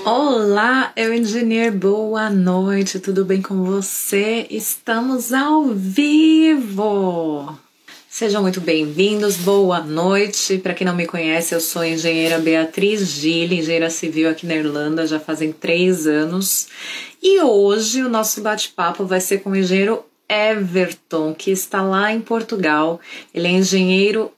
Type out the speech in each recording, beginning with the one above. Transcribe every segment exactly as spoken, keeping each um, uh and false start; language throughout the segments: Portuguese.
Olá, eu engenheiro, boa noite, tudo bem com você? Estamos ao vivo! Sejam muito bem-vindos, boa noite. Para quem não me conhece, eu sou a engenheira Beatriz Gille, engenheira civil aqui na Irlanda, já fazem três anos. E hoje o nosso bate-papo vai ser com o engenheiro Everton, que está lá em Portugal. Ele é engenheiro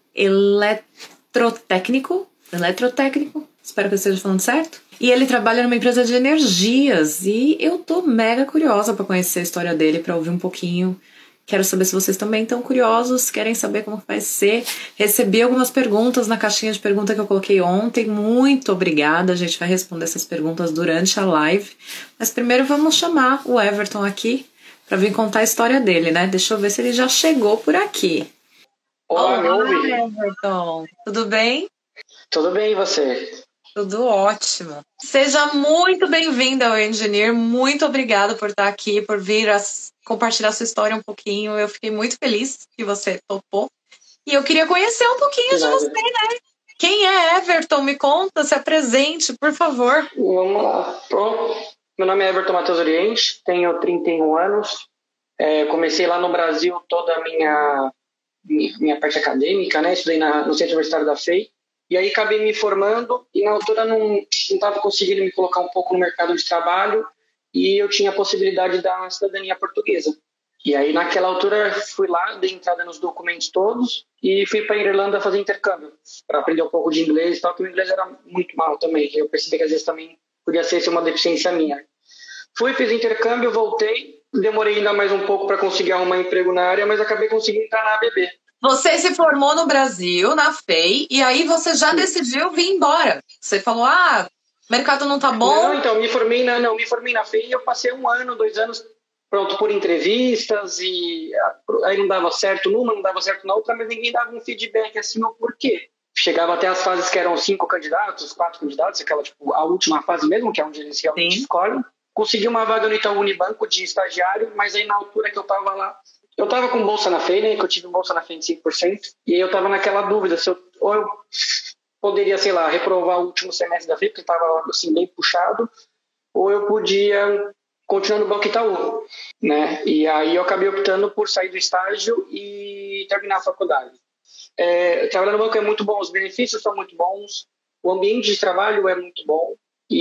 eletrotécnico, eletrotécnico, espero que eu esteja falando certo. E ele trabalha numa empresa de energias e eu tô mega curiosa para conhecer a história dele, para ouvir um pouquinho. Quero saber se vocês também estão curiosos, querem saber como vai ser. Recebi algumas perguntas na caixinha de pergunta que eu coloquei ontem. Muito obrigada, a gente vai responder essas perguntas durante a live. Mas primeiro vamos chamar o Everton aqui para vir contar a história dele, né? Deixa eu ver se ele já chegou por aqui. Olá, meu Everton. Tudo bem? Tudo bem, e você? Tudo ótimo. Seja muito bem-vindo ao Engineer. Muito obrigada por estar aqui, por vir a compartilhar sua história um pouquinho. Eu fiquei muito feliz que você topou. E eu queria conhecer um pouquinho de, de você, né? Quem é Everton? Me conta, se apresente, por favor. Vamos lá. Pronto. Meu nome é Everton Matheus Oriente, tenho trinta e um anos. É, comecei lá no Brasil toda a minha, minha parte acadêmica, né? Estudei na, no Centro Universitário da F E I. E aí acabei me formando e na altura não estava conseguindo me colocar um pouco no mercado de trabalho e eu tinha a possibilidade da cidadania portuguesa. E aí naquela altura fui lá, dei entrada nos documentos todos e fui para a Irlanda fazer intercâmbio para aprender um pouco de inglês e tal, que o inglês era muito mal também. Eu percebi que às vezes também podia ser uma deficiência minha. Fui, fiz intercâmbio, voltei, demorei ainda mais um pouco para conseguir arrumar emprego na área, mas acabei conseguindo entrar na A B B. Você se formou no Brasil, na F E I, e aí você já decidiu vir embora. Você falou, ah, o mercado não tá bom. Não, então, me formei na, não, me formei na F E I e eu passei um ano, dois anos, pronto, por entrevistas e aí não dava certo numa, não dava certo na outra, mas ninguém dava um feedback assim, o porquê. Chegava até as fases que eram cinco candidatos, quatro candidatos, aquela, tipo, a última fase mesmo, que é onde eles realmente escolhem. Consegui uma vaga no Itaú Unibanco de estagiário, mas aí na altura que eu tava lá, eu estava com bolsa na F E I, né, que eu tive bolsa na F E I de cinco por cento, e aí eu estava naquela dúvida se eu, ou eu poderia, sei lá, reprovar o último semestre da F E I, porque estava assim, bem puxado, ou eu podia continuar no Banco Itaú, né? E aí eu acabei optando por sair do estágio e terminar a faculdade. É, trabalhar no banco é muito bom, os benefícios são muito bons, o ambiente de trabalho é muito bom,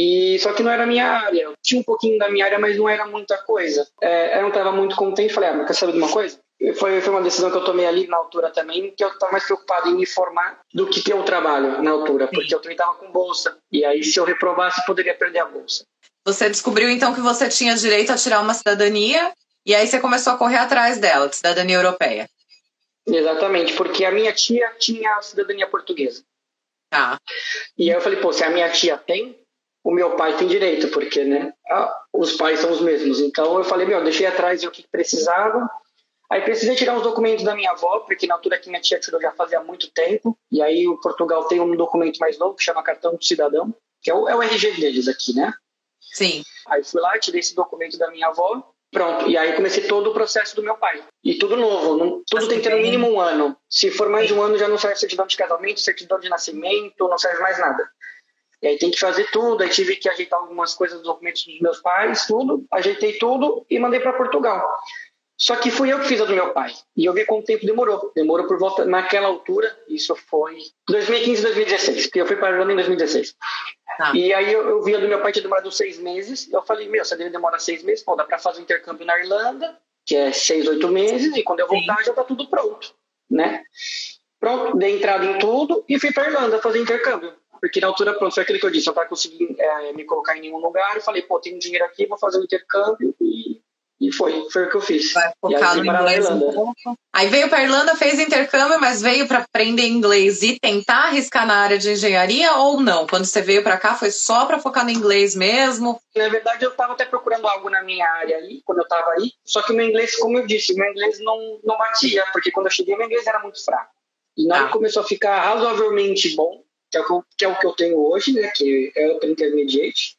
e só que não era a minha área. Eu tinha um pouquinho da minha área, mas não era muita coisa. É, eu não estava muito contente. Falei, ah, mas quer saber de uma coisa? Foi, foi uma decisão que eu tomei ali na altura também, que eu estava mais preocupado em me formar do que ter o trabalho na altura, porque eu também estava com bolsa. E aí, se eu reprovasse, poderia perder a bolsa. Você descobriu, então, que você tinha direito a tirar uma cidadania, e aí você começou a correr atrás dela, de cidadania europeia. Exatamente, porque a minha tia tinha a cidadania portuguesa. Ah. E aí eu falei, pô, se a minha tia tem, o meu pai tem direito, porque, né, os pais são os mesmos. Então eu falei, meu, deixei atrás o que precisava. Aí precisei tirar os documentos da minha avó, porque na altura que minha tia tirou já fazia muito tempo. E aí o Portugal tem um documento mais novo que chama cartão de cidadão, que é o, é o R G deles aqui, né? Sim. Aí fui lá, tirei esse documento da minha avó, pronto. E aí comecei todo o processo do meu pai. E tudo novo, não, tudo Acho tem que ter no mínimo um ano. Se for mais de um ano já não serve certidão de casamento, certidão de nascimento, não serve mais nada. E aí tem que fazer tudo, aí tive que ajeitar algumas coisas dos documentos dos meus pais, tudo, ajeitei tudo e mandei para Portugal. Só que fui eu que fiz a do meu pai. E eu vi quanto tempo demorou. Demorou por volta, naquela altura, isso foi dois mil e quinze, dois mil e dezesseis, porque eu fui para a Irlanda em dois mil e dezesseis. Ah. E aí eu, eu vi a do meu pai tinha demorado seis meses, eu falei, meu, se a dele demora seis meses, pô, dá para fazer um intercâmbio na Irlanda, que é seis, oito meses, e quando eu voltar Sim. já tá tudo pronto, né? Pronto, dei entrada em tudo e fui para a Irlanda fazer intercâmbio. Porque na altura, pronto, foi aquilo que eu disse, eu não estava conseguindo é, me colocar em nenhum lugar, eu falei, pô, tenho dinheiro aqui, vou fazer um intercâmbio e, e foi, foi o que eu fiz. Vai focar no inglês um pouco. Aí veio para a Irlanda, fez intercâmbio, mas veio para aprender inglês e tentar arriscar na área de engenharia ou não? Quando você veio para cá, foi só para focar no inglês mesmo? Na verdade, eu estava até procurando algo na minha área aí, quando eu estava aí, só que o meu inglês, como eu disse, o meu inglês não, não batia, porque quando eu cheguei, meu inglês era muito fraco. E na hora ah. começou a ficar razoavelmente bom, que é, o, que é o que eu tenho hoje, né, que é o Intermediate,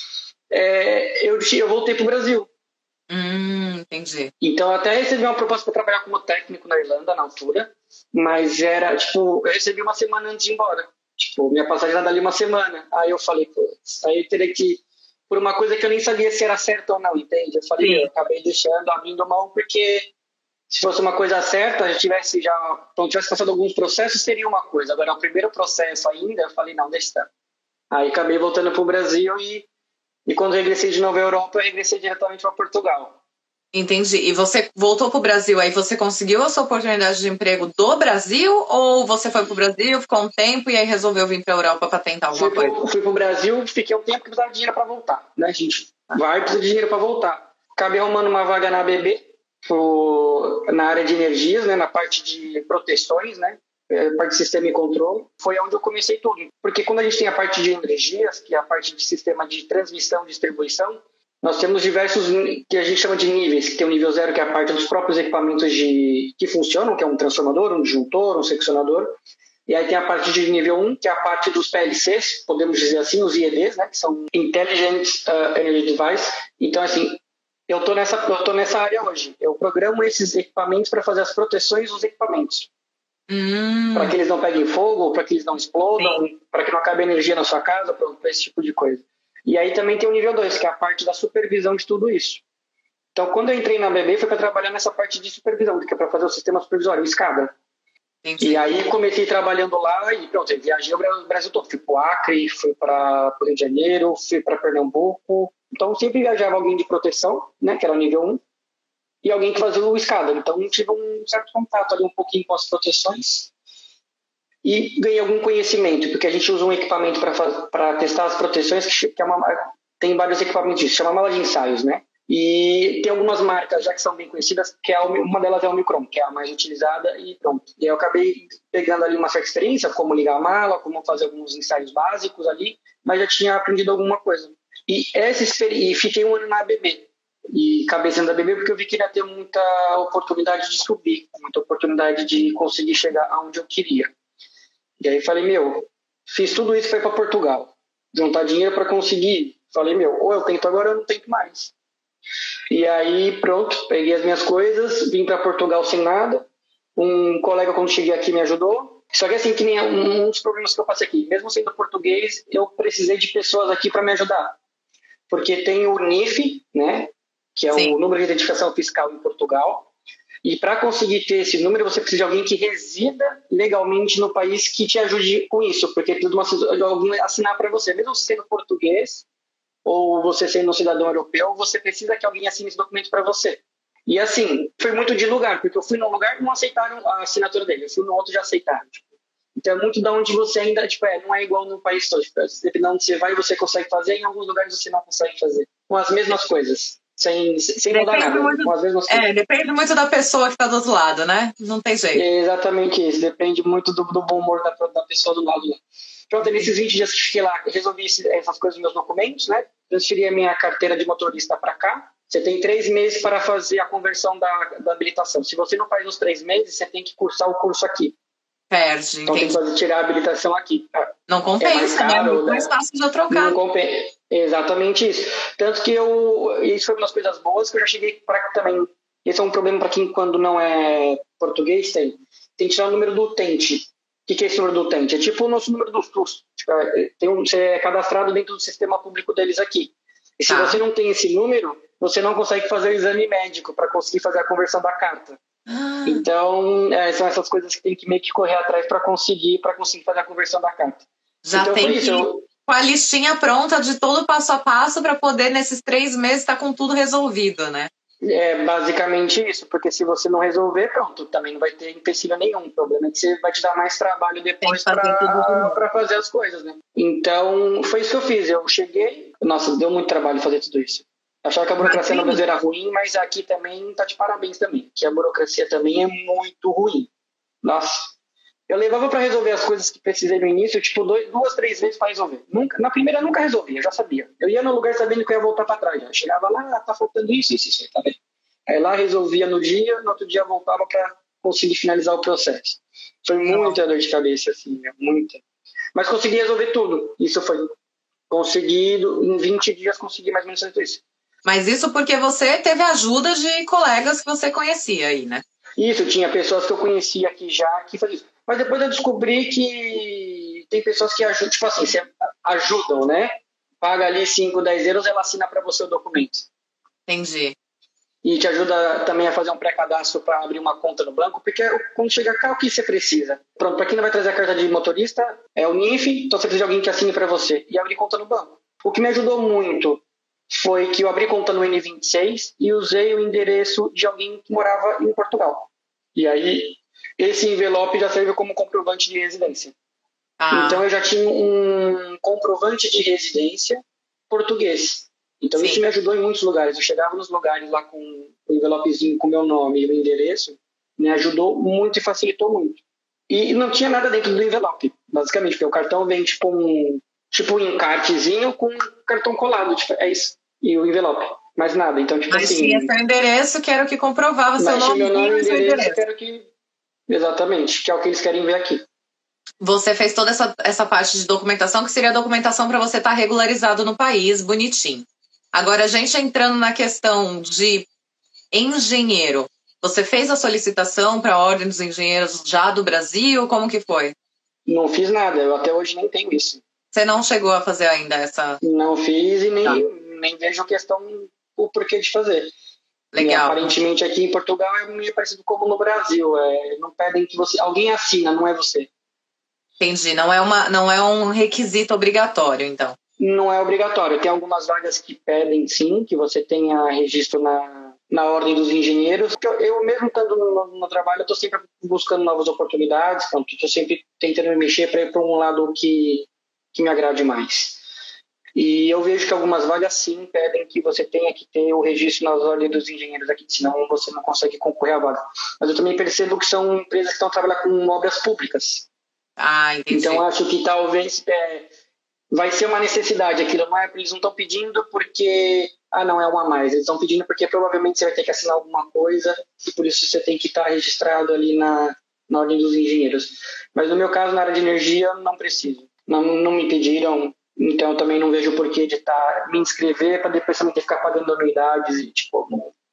é, eu, eu voltei para o Brasil. Hum, entendi. Então, até recebi uma proposta para trabalhar como técnico na Irlanda, na altura, mas era, tipo, eu recebi uma semana antes de ir embora. Tipo, minha passagem era dali uma semana. Aí eu falei, pô, aí eu teria que por uma coisa que eu nem sabia se era certo ou não, entende? Eu falei, Sim. eu acabei deixando, abrindo mão, porque se fosse uma coisa certa, já tivesse já, então tivesse passado alguns processos, seria uma coisa. Agora, o primeiro processo ainda, eu falei, não, deixa estar. Aí acabei voltando para o Brasil e, e quando regressei de novo à Europa, eu regressei diretamente para Portugal. Entendi. E você voltou para o Brasil, aí você conseguiu a sua oportunidade de emprego do Brasil ou você foi para o Brasil, ficou um tempo e aí resolveu vir para a Europa para tentar alguma fui coisa? Pro, fui para o Brasil, fiquei um tempo que precisava de dinheiro para voltar, né, gente? Vai, precisa de dinheiro para voltar. Acabei arrumando uma vaga na A B B, pro, na área de energias, né, na parte de proteções, né, parte de sistema e controle. Foi onde eu comecei tudo. Porque quando a gente tem a parte de energias, que é a parte de sistema de transmissão e distribuição, nós temos diversos que a gente chama de níveis, que tem o nível zero, que é a parte dos próprios equipamentos de, que funcionam, que é um transformador, um disjuntor, um seccionador. E aí tem a parte de nível um, que é a parte dos P L Cs, podemos dizer assim, os I E Ds, né, que são Intelligent uh, Energy Device. Então, assim, eu estou nessa, eu tô nessa área hoje. Eu programo esses equipamentos para fazer as proteções dos equipamentos. Hum. Para que eles não peguem fogo, para que eles não explodam, para que não acabe energia na sua casa, para esse tipo de coisa. E aí também tem o nível dois, que é a parte da supervisão de tudo isso. Então, quando eu entrei na A B B, foi para trabalhar nessa parte de supervisão, que é para fazer o sistema supervisório, o SCADA. Entendi. E aí comecei trabalhando lá e pronto, eu viajei o Brasil todo. Fui para o Acre, fui para o Rio de Janeiro, fui para Pernambuco. Então, sempre viajava alguém de proteção, né, que era nível um, e alguém que fazia o SCADA. Então, tive um certo contato ali um pouquinho com as proteções. E ganhei algum conhecimento, porque a gente usa um equipamento para testar as proteções, que é uma, tem vários equipamentos disso, chama mala de ensaios, né? E tem algumas marcas já que são bem conhecidas, que é uma delas é o Micron, que é a mais utilizada, e pronto. E aí eu acabei pegando ali uma certa experiência, como ligar a mala, como fazer alguns ensaios básicos ali, mas já tinha aprendido alguma coisa. E, essa experiência, e fiquei um ano na A B B, e acabei sendo da A B B porque eu vi que ia ter muita oportunidade de subir, muita oportunidade de conseguir chegar aonde eu queria. E aí falei, meu, fiz tudo isso, foi para Portugal. Juntar dinheiro para conseguir. Falei, meu, ou eu tento agora ou eu não tento mais. E aí, pronto, peguei as minhas coisas, vim para Portugal sem nada. Um colega, quando cheguei aqui, me ajudou. Só que assim, que nem um dos problemas que eu passei aqui, mesmo sendo português, eu precisei de pessoas aqui para me ajudar. Porque tem o N I F, né, que é Sim. o Número de Identificação Fiscal em Portugal. E para conseguir ter esse número, você precisa de alguém que resida legalmente no país que te ajude com isso, porque tudo alguém assinar para você. Mesmo você sendo português ou você sendo um cidadão europeu, você precisa que alguém assine esse documento para você. E assim, foi muito de lugar, porque eu fui num lugar e não aceitaram a assinatura dele, eu fui no outro e já aceitaram. Tipo. Então é muito de onde você ainda, tipo, é, não é igual no país todo. Tipo, dependendo de onde você vai, você consegue fazer, em alguns lugares você não consegue fazer. Com as mesmas coisas. Sem, sem mudar nada. Muito, com as mesmas é, coisas. Depende muito da pessoa que está do outro lado, né? Não tem jeito. É exatamente isso. Depende muito do, do bom humor da, da pessoa do lado. Pronto, nesses vinte dias que fiquei lá, resolvi essas coisas nos meus documentos, né? Transferi a minha carteira de motorista para cá. Você tem três meses para fazer a conversão da, da habilitação. Se você não faz nos três meses, você tem que cursar o curso aqui. Perde, então entendi. tem que fazer, tirar a habilitação aqui. Não compensa, é mais caro, né? Muito mais fácil de eu trocar. Não compensa. Exatamente isso. Tanto que eu... Isso foi uma das coisas boas que eu já cheguei para também. Esse é um problema para quem, quando não é português, tem. Tem que tirar o número do utente. O que, que é esse número do utente? É tipo o nosso número do SUS. Tipo, tem um, você é cadastrado dentro do sistema público deles aqui. E se ah. você não tem esse número, você não consegue fazer o exame médico para conseguir fazer a conversão da carta. Ah. Então, é, são essas coisas que tem que meio que correr atrás para conseguir, para conseguir fazer a conversão da carta. Já então, tem foi que isso. Eu... com a listinha pronta de todo passo a passo para poder, nesses três meses, estar tá com tudo resolvido, né? É basicamente isso, porque se você não resolver, pronto, também não vai ter empecilho nenhum. O problema é que você vai te dar mais trabalho depois para fazer as coisas, né? Então, foi isso que eu fiz. Eu cheguei, nossa, deu muito trabalho fazer tudo isso. Achava que a burocracia no Brasil era ruim, mas aqui também tá de parabéns também, que a burocracia também é muito ruim. Nossa, eu levava para resolver as coisas que precisei no início, tipo, dois, duas, três vezes para resolver. Nunca, na primeira eu nunca resolvia, eu já sabia. Eu ia no lugar sabendo que eu ia voltar para trás. Eu chegava lá, ah, tá faltando isso, isso, isso, tá bem. Aí lá resolvia no dia, no outro dia voltava para conseguir finalizar o processo. Foi muita dor de cabeça, assim, muita. Mas consegui resolver tudo. Isso foi conseguido, em vinte dias consegui mais ou menos tudo isso. Mas isso porque você teve ajuda de colegas que você conhecia aí, né? Isso, tinha pessoas que eu conhecia aqui já que faziam isso. Mas depois eu descobri que tem pessoas que ajudam, tipo assim, ajudam, né? paga ali cinco, dez euros, ela assina para você o documento. Entendi. E te ajuda também a fazer um pré-cadastro para abrir uma conta no banco, porque quando chega cá, o que você precisa? Pronto, para quem não vai trazer a carta de motorista, é o N I F, então você precisa de alguém que assine para você e abrir conta no banco. O que me ajudou muito foi que eu abri conta no N vinte e seis e usei o endereço de alguém que morava em Portugal. E aí, esse envelope já serve como comprovante de residência. Ah. Então, eu já tinha um comprovante de residência português. Então, Sim. isso me ajudou em muitos lugares. Eu chegava nos lugares lá com um envelopezinho com o meu nome e o endereço, me ajudou muito e facilitou muito. E não tinha nada dentro do envelope, basicamente, porque o cartão vem tipo um, tipo um encartezinho com um cartão colado, tipo, é isso. E o envelope, mais nada. Então, tipo Mas assim... tinha seu endereço, que era o que comprovava seu nome, meu nome e seu endereço. Que era o que... Exatamente, que é o que eles querem ver aqui. Você fez toda essa, essa parte de documentação, que seria a documentação para você estar regularizado no país, bonitinho. Agora, a gente entrando na questão de engenheiro, você fez a solicitação para a Ordem dos Engenheiros já do Brasil? Como que foi? Não fiz nada, eu até hoje nem tenho isso. Você não chegou a fazer ainda essa... Não fiz e nem, tá. nem vejo questão o porquê de fazer. Legal. E, aparentemente aqui em Portugal é meio parecido como no Brasil. É, não pedem que você... Alguém assina, não é você. Entendi, não é, uma, não é um requisito obrigatório, então. Não é obrigatório. Tem algumas vagas que pedem, sim, que você tenha registro na, na Ordem dos Engenheiros. Eu, eu mesmo estando no, no trabalho, eu estou sempre buscando novas oportunidades, estou sempre tentando me mexer para ir para um lado que, que me agrade mais. E eu vejo que algumas vagas, sim, pedem que você tenha que ter o registro nas Ordens dos Engenheiros aqui, senão você não consegue concorrer à vaga. Mas eu também percebo que são empresas que estão trabalhando com obras públicas. Ah, entendi. Então, acho que talvez... É, vai ser uma necessidade aquilo, não é? Eles não estão pedindo porque, ah, não, é uma a mais. Eles estão pedindo porque provavelmente você vai ter que assinar alguma coisa e por isso você tem que estar registrado ali na, na Ordem dos Engenheiros. Mas no meu caso, na área de energia, não preciso. Não, não me pediram, então eu também não vejo o porquê de estar, me inscrever para depois também ter que ficar pagando anuidades e tipo...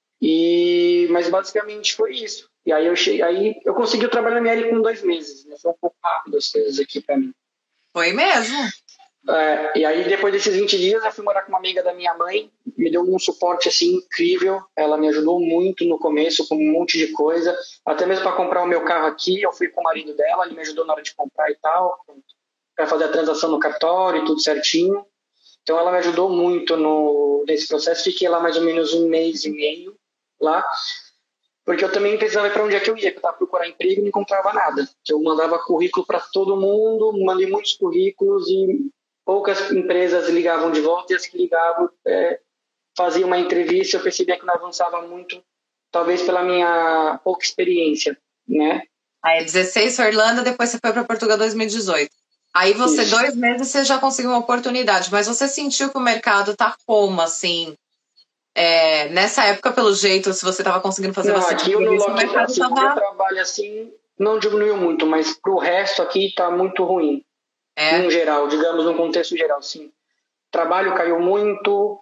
E, mas basicamente foi isso. E aí eu, cheguei, aí eu consegui o trabalho na minha área com dois meses. Né? Foi um pouco rápido as coisas aqui para mim. Foi mesmo? É, e aí depois desses vinte dias eu fui morar com uma amiga da minha mãe, me deu um suporte assim incrível, ela me ajudou muito no começo com um monte de coisa, até mesmo para comprar o meu carro aqui, eu fui com o marido dela, ele me ajudou na hora de comprar e tal, para fazer a transação no cartório e tudo certinho, então ela me ajudou muito no, nesse processo, fiquei lá mais ou menos um mês e meio lá, porque eu também precisava ir para onde é que eu ia, que eu estava procurando emprego e não encontrava nada, eu mandava currículo para todo mundo, mandei muitos currículos e poucas empresas ligavam de volta e as que ligavam é, faziam uma entrevista. Eu percebia que não avançava muito, talvez pela minha pouca experiência, né? Aí, dezesseis foi Irlanda, depois você foi para Portugal em dois mil e dezoito. Aí você, Isso. dois meses, você já conseguiu uma oportunidade, mas você sentiu que o mercado tá como, assim? É, nessa época, pelo jeito, se você estava conseguindo fazer não, bastante aqui coisa, no o mercado assim, tava... meu trabalho assim não diminuiu muito, mas pro resto aqui tá muito ruim. É. Em geral, digamos, num contexto geral, sim. Trabalho caiu muito,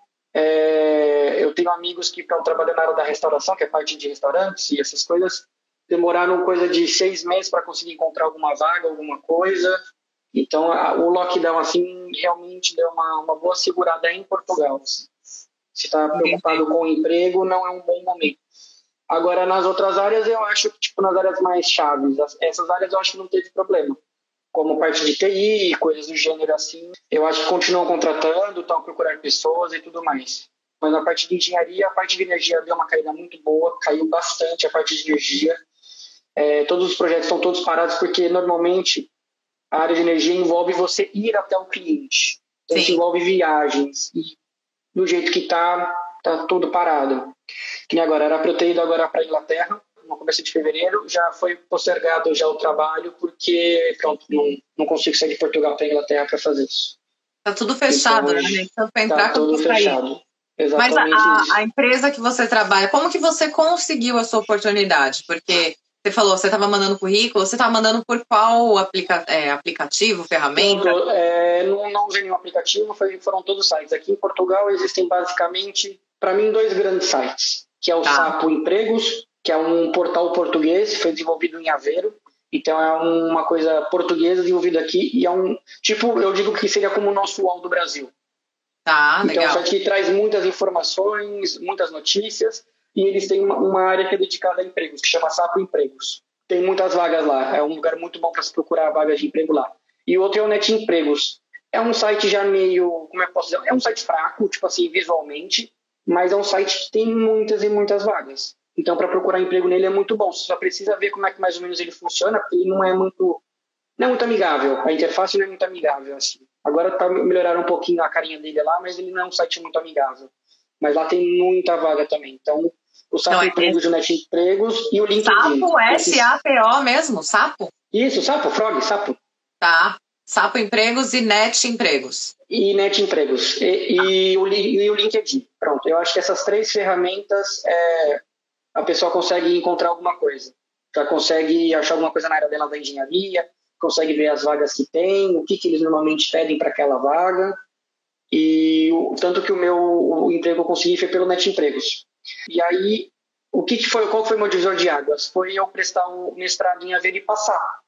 é, eu tenho amigos que estão trabalhando na área da restauração, que é parte de restaurantes e essas coisas, demoraram coisa de seis meses para conseguir encontrar alguma vaga, alguma coisa. Então, a, o lockdown, assim, realmente deu uma, uma boa segurada em Portugal. Assim. Se está preocupado com o emprego, não é um bom momento. Agora, nas outras áreas, eu acho que, tipo, nas áreas mais chaves, essas áreas eu acho que não teve problema. Como parte de T I, coisas do gênero assim, eu acho que continuam contratando, estão a procurar pessoas e tudo mais. Mas na parte de engenharia, a parte de energia deu uma caída muito boa, caiu bastante a parte de energia. É, todos os projetos estão todos parados porque normalmente a área de energia envolve você ir até o cliente. Então, isso envolve viagens. E do jeito que está, está tudo parado. Que nem agora, era para eu ter ido agora para a Inglaterra, no começo de fevereiro, já foi postergado já o trabalho, porque, pronto, não, não consigo sair de Portugal para a Inglaterra para fazer isso. Tá tudo fechado, então, né? Então, para entrar, tá tudo fechado. Exatamente. Mas a, a, a empresa que você trabalha, como que você conseguiu a sua oportunidade? Porque você falou, você estava mandando currículo, você estava mandando por qual aplica, é, aplicativo, ferramenta? Não, é, não, não usei nenhum aplicativo, foi, foram todos os sites. Aqui em Portugal existem basicamente, para mim, dois grandes sites, que é o tá. Sapo Empregos, que é um portal português, foi desenvolvido em Aveiro, então é uma coisa portuguesa desenvolvida aqui, e é um, tipo, eu digo que seria como o nosso U O L do Brasil. Tá, então, legal. é um site que traz muitas informações, muitas notícias, e eles têm uma, uma área que é dedicada a empregos, que chama Sapo Empregos. Tem muitas vagas lá, é um lugar muito bom para se procurar vagas de emprego lá. E o outro é o Net Empregos. É um site já meio, como é que eu posso dizer? É um site fraco, tipo assim, visualmente, mas é um site que tem muitas e muitas vagas. Então, para procurar emprego nele é muito bom. Você só precisa ver como é que mais ou menos ele funciona, porque ele não é muito, não é muito amigável. A interface não é muito amigável, assim. Agora tá melhoraram um pouquinho a carinha dele lá, mas ele não é um site muito amigável. Mas lá tem muita vaga também. Então, o Sapo Não, Empregos, é... o Net Empregos e o LinkedIn. Sapo, S A P O mesmo, Sapo? Isso, Sapo, Frog, Sapo. Tá. Sapo Empregos e Net Empregos. E Net Empregos. E, e, o, e o LinkedIn. Pronto, eu acho que essas três ferramentas é, a pessoa consegue encontrar alguma coisa. Já consegue achar alguma coisa na área dela da engenharia, consegue ver as vagas que tem, o que, que eles normalmente pedem para aquela vaga. E o, tanto que o meu o emprego eu consegui foi pelo Net Empregos. E aí, o que, que foi, qual foi o meu divisor de águas? Foi eu prestar o mestrado em Haver e passar.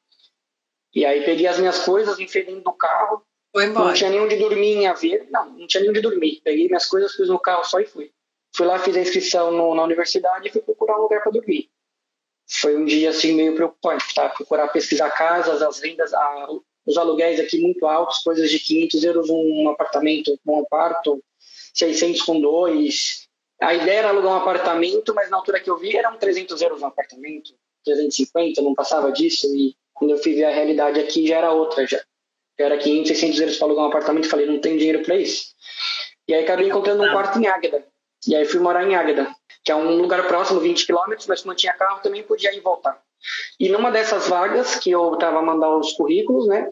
E aí peguei as minhas coisas, enfiei dentro do carro. Foi embora. Não tinha nem onde dormir em Haver. Não, não tinha nem onde dormir. Peguei minhas coisas, pus no carro só e fui. Fui lá, fiz a inscrição no, na universidade e fui procurar um lugar para dormir. Foi um dia assim meio preocupante, tá? Procurar pesquisar casas, as vendas, a, os aluguéis aqui muito altos, coisas de quinhentos euros um apartamento, um quarto, seiscentos com dois. A ideia era alugar um apartamento, mas na altura que eu vi eram trezentos euros um apartamento, trezentos e cinquenta, não passava disso. E quando eu fui ver a realidade aqui já era outra, já. Já era quinhentos, seiscentos euros para alugar um apartamento, falei, não tenho dinheiro para isso. E aí acabei encontrando um quarto em Águeda. E aí fui morar em Águeda, que é um lugar próximo, vinte quilômetros, mas como eu tinha carro, também podia ir e voltar. E numa dessas vagas, que eu estava a mandar os currículos, né,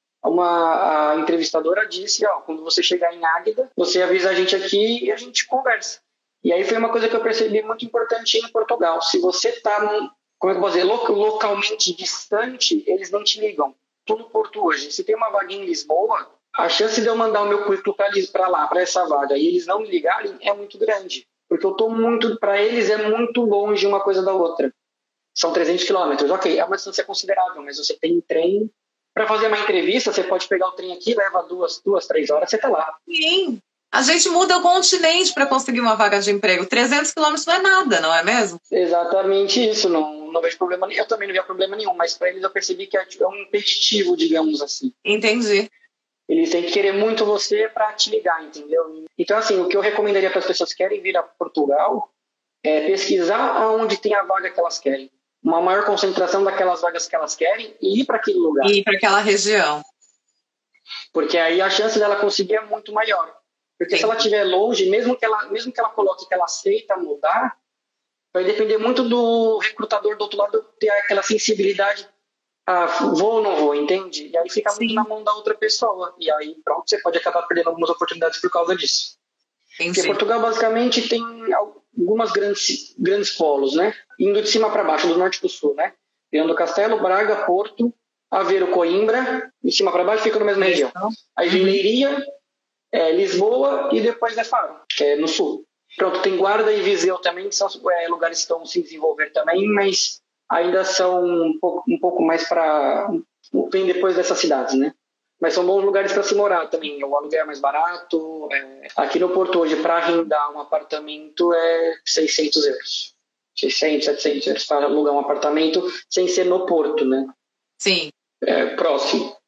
uma, a entrevistadora disse, ó, quando você chegar em Águeda, você avisa a gente aqui e a gente conversa. E aí foi uma coisa que eu percebi muito importante em Portugal. Se você está, como é que eu posso dizer, localmente distante, eles não te ligam. Estou no Porto hoje. Se tem uma vaga em Lisboa, a chance de eu mandar o meu currículo para lá, para essa vaga, e eles não me ligarem, é muito grande. Porque eu estou muito, para eles é muito longe uma coisa da outra. São trezentos quilômetros. Ok, é uma distância considerável, mas você tem trem. Para fazer uma entrevista, você pode pegar o trem aqui, leva duas, duas três horas, você está lá. Sim. A gente muda o continente para conseguir uma vaga de emprego. trezentos quilômetros não é nada, não é mesmo? Exatamente isso. Não, não vejo problema nenhum. Eu também não via problema nenhum, mas para eles eu percebi que é um impeditivo, digamos assim. Entendi. Eles têm que querer muito você para te ligar, entendeu? Então, assim, o que eu recomendaria para as pessoas que querem vir a Portugal é pesquisar aonde tem a vaga que elas querem. Uma maior concentração daquelas vagas que elas querem e ir para aquele lugar. E ir para aquela região. Porque aí a chance dela conseguir é muito maior. Porque Sim. se ela estiver longe, mesmo que ela, mesmo que ela coloque que ela aceita mudar, vai depender muito do recrutador do outro lado ter aquela sensibilidade. Ah, vou ou não vou, entende? E aí fica Sim. muito na mão da outra pessoa. E aí, pronto, você pode acabar perdendo algumas oportunidades por causa disso. Entendi. Porque Portugal, basicamente, tem algumas grandes, grandes polos, né? Indo de cima para baixo, do norte para o sul, né? Vindo do Castelo, Braga, Porto, Aveiro, Coimbra, de cima para baixo fica na mesma região. Aí vem Leiria, é, Lisboa e depois é Faro, que é no sul. Pronto, tem Guarda e Viseu também, que são é, lugares que estão se desenvolver também, mas ainda são um pouco, um pouco mais para... Vem depois dessas cidades, né? Mas são bons lugares para se morar também. O aluguel é mais barato. É... Aqui no Porto hoje, para arrendar um apartamento é seiscentos euros. seiscentos, setecentos euros para alugar um apartamento sem ser no Porto, né? Sim. É, próximo.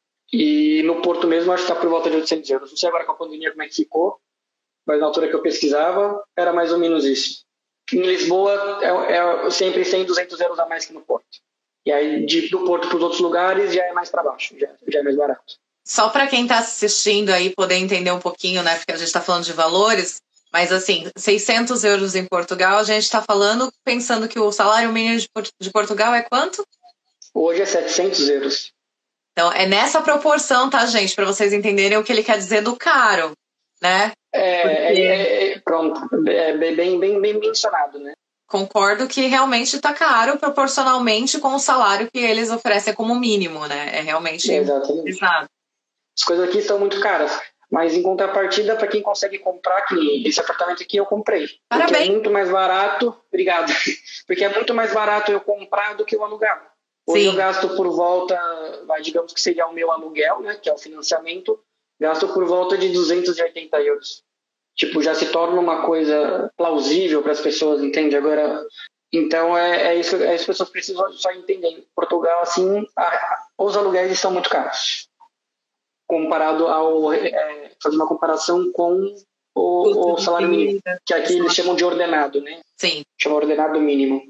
E no Porto mesmo acho que está por volta de oitocentos euros. Não sei agora com a pandemia como é que ficou, mas na altura que eu pesquisava era mais ou menos isso. Em Lisboa é, é sempre cem, duzentos euros a mais que no Porto. E aí de, do Porto para os outros lugares já é mais para baixo, já, já é mais barato. Só para quem está assistindo aí poder entender um pouquinho, né? Porque a gente está falando de valores, mas assim, seiscentos euros em Portugal, a gente está falando, pensando que o salário mínimo de, de Portugal é quanto? Hoje é setecentos euros. Então, é nessa proporção, tá, gente? Para vocês entenderem o que ele quer dizer do caro, né? É, Porque... é, é pronto, é bem, bem, bem mencionado, né? Concordo que realmente está caro proporcionalmente com o salário que eles oferecem como mínimo, né? É realmente pesado. As coisas aqui estão muito caras, mas em contrapartida, para quem consegue comprar, que esse apartamento aqui eu comprei. Parabéns. Porque é muito mais barato, obrigado, porque é muito mais barato eu comprar do que eu alugar. Hoje Sim. eu gasto por volta, digamos que seria o meu aluguel, né, que é o financiamento, gasto por volta de duzentos e oitenta euros. Tipo, já se torna uma coisa plausível para as pessoas, entende? Agora, então é, é isso que as pessoas precisam só entender. Em Portugal, assim, a, os aluguéis estão muito caros. Comparado ao... É, fazer uma comparação com o, o salário mínimo, que aqui eles chamam de ordenado, né? Sim. Chama ordenado mínimo.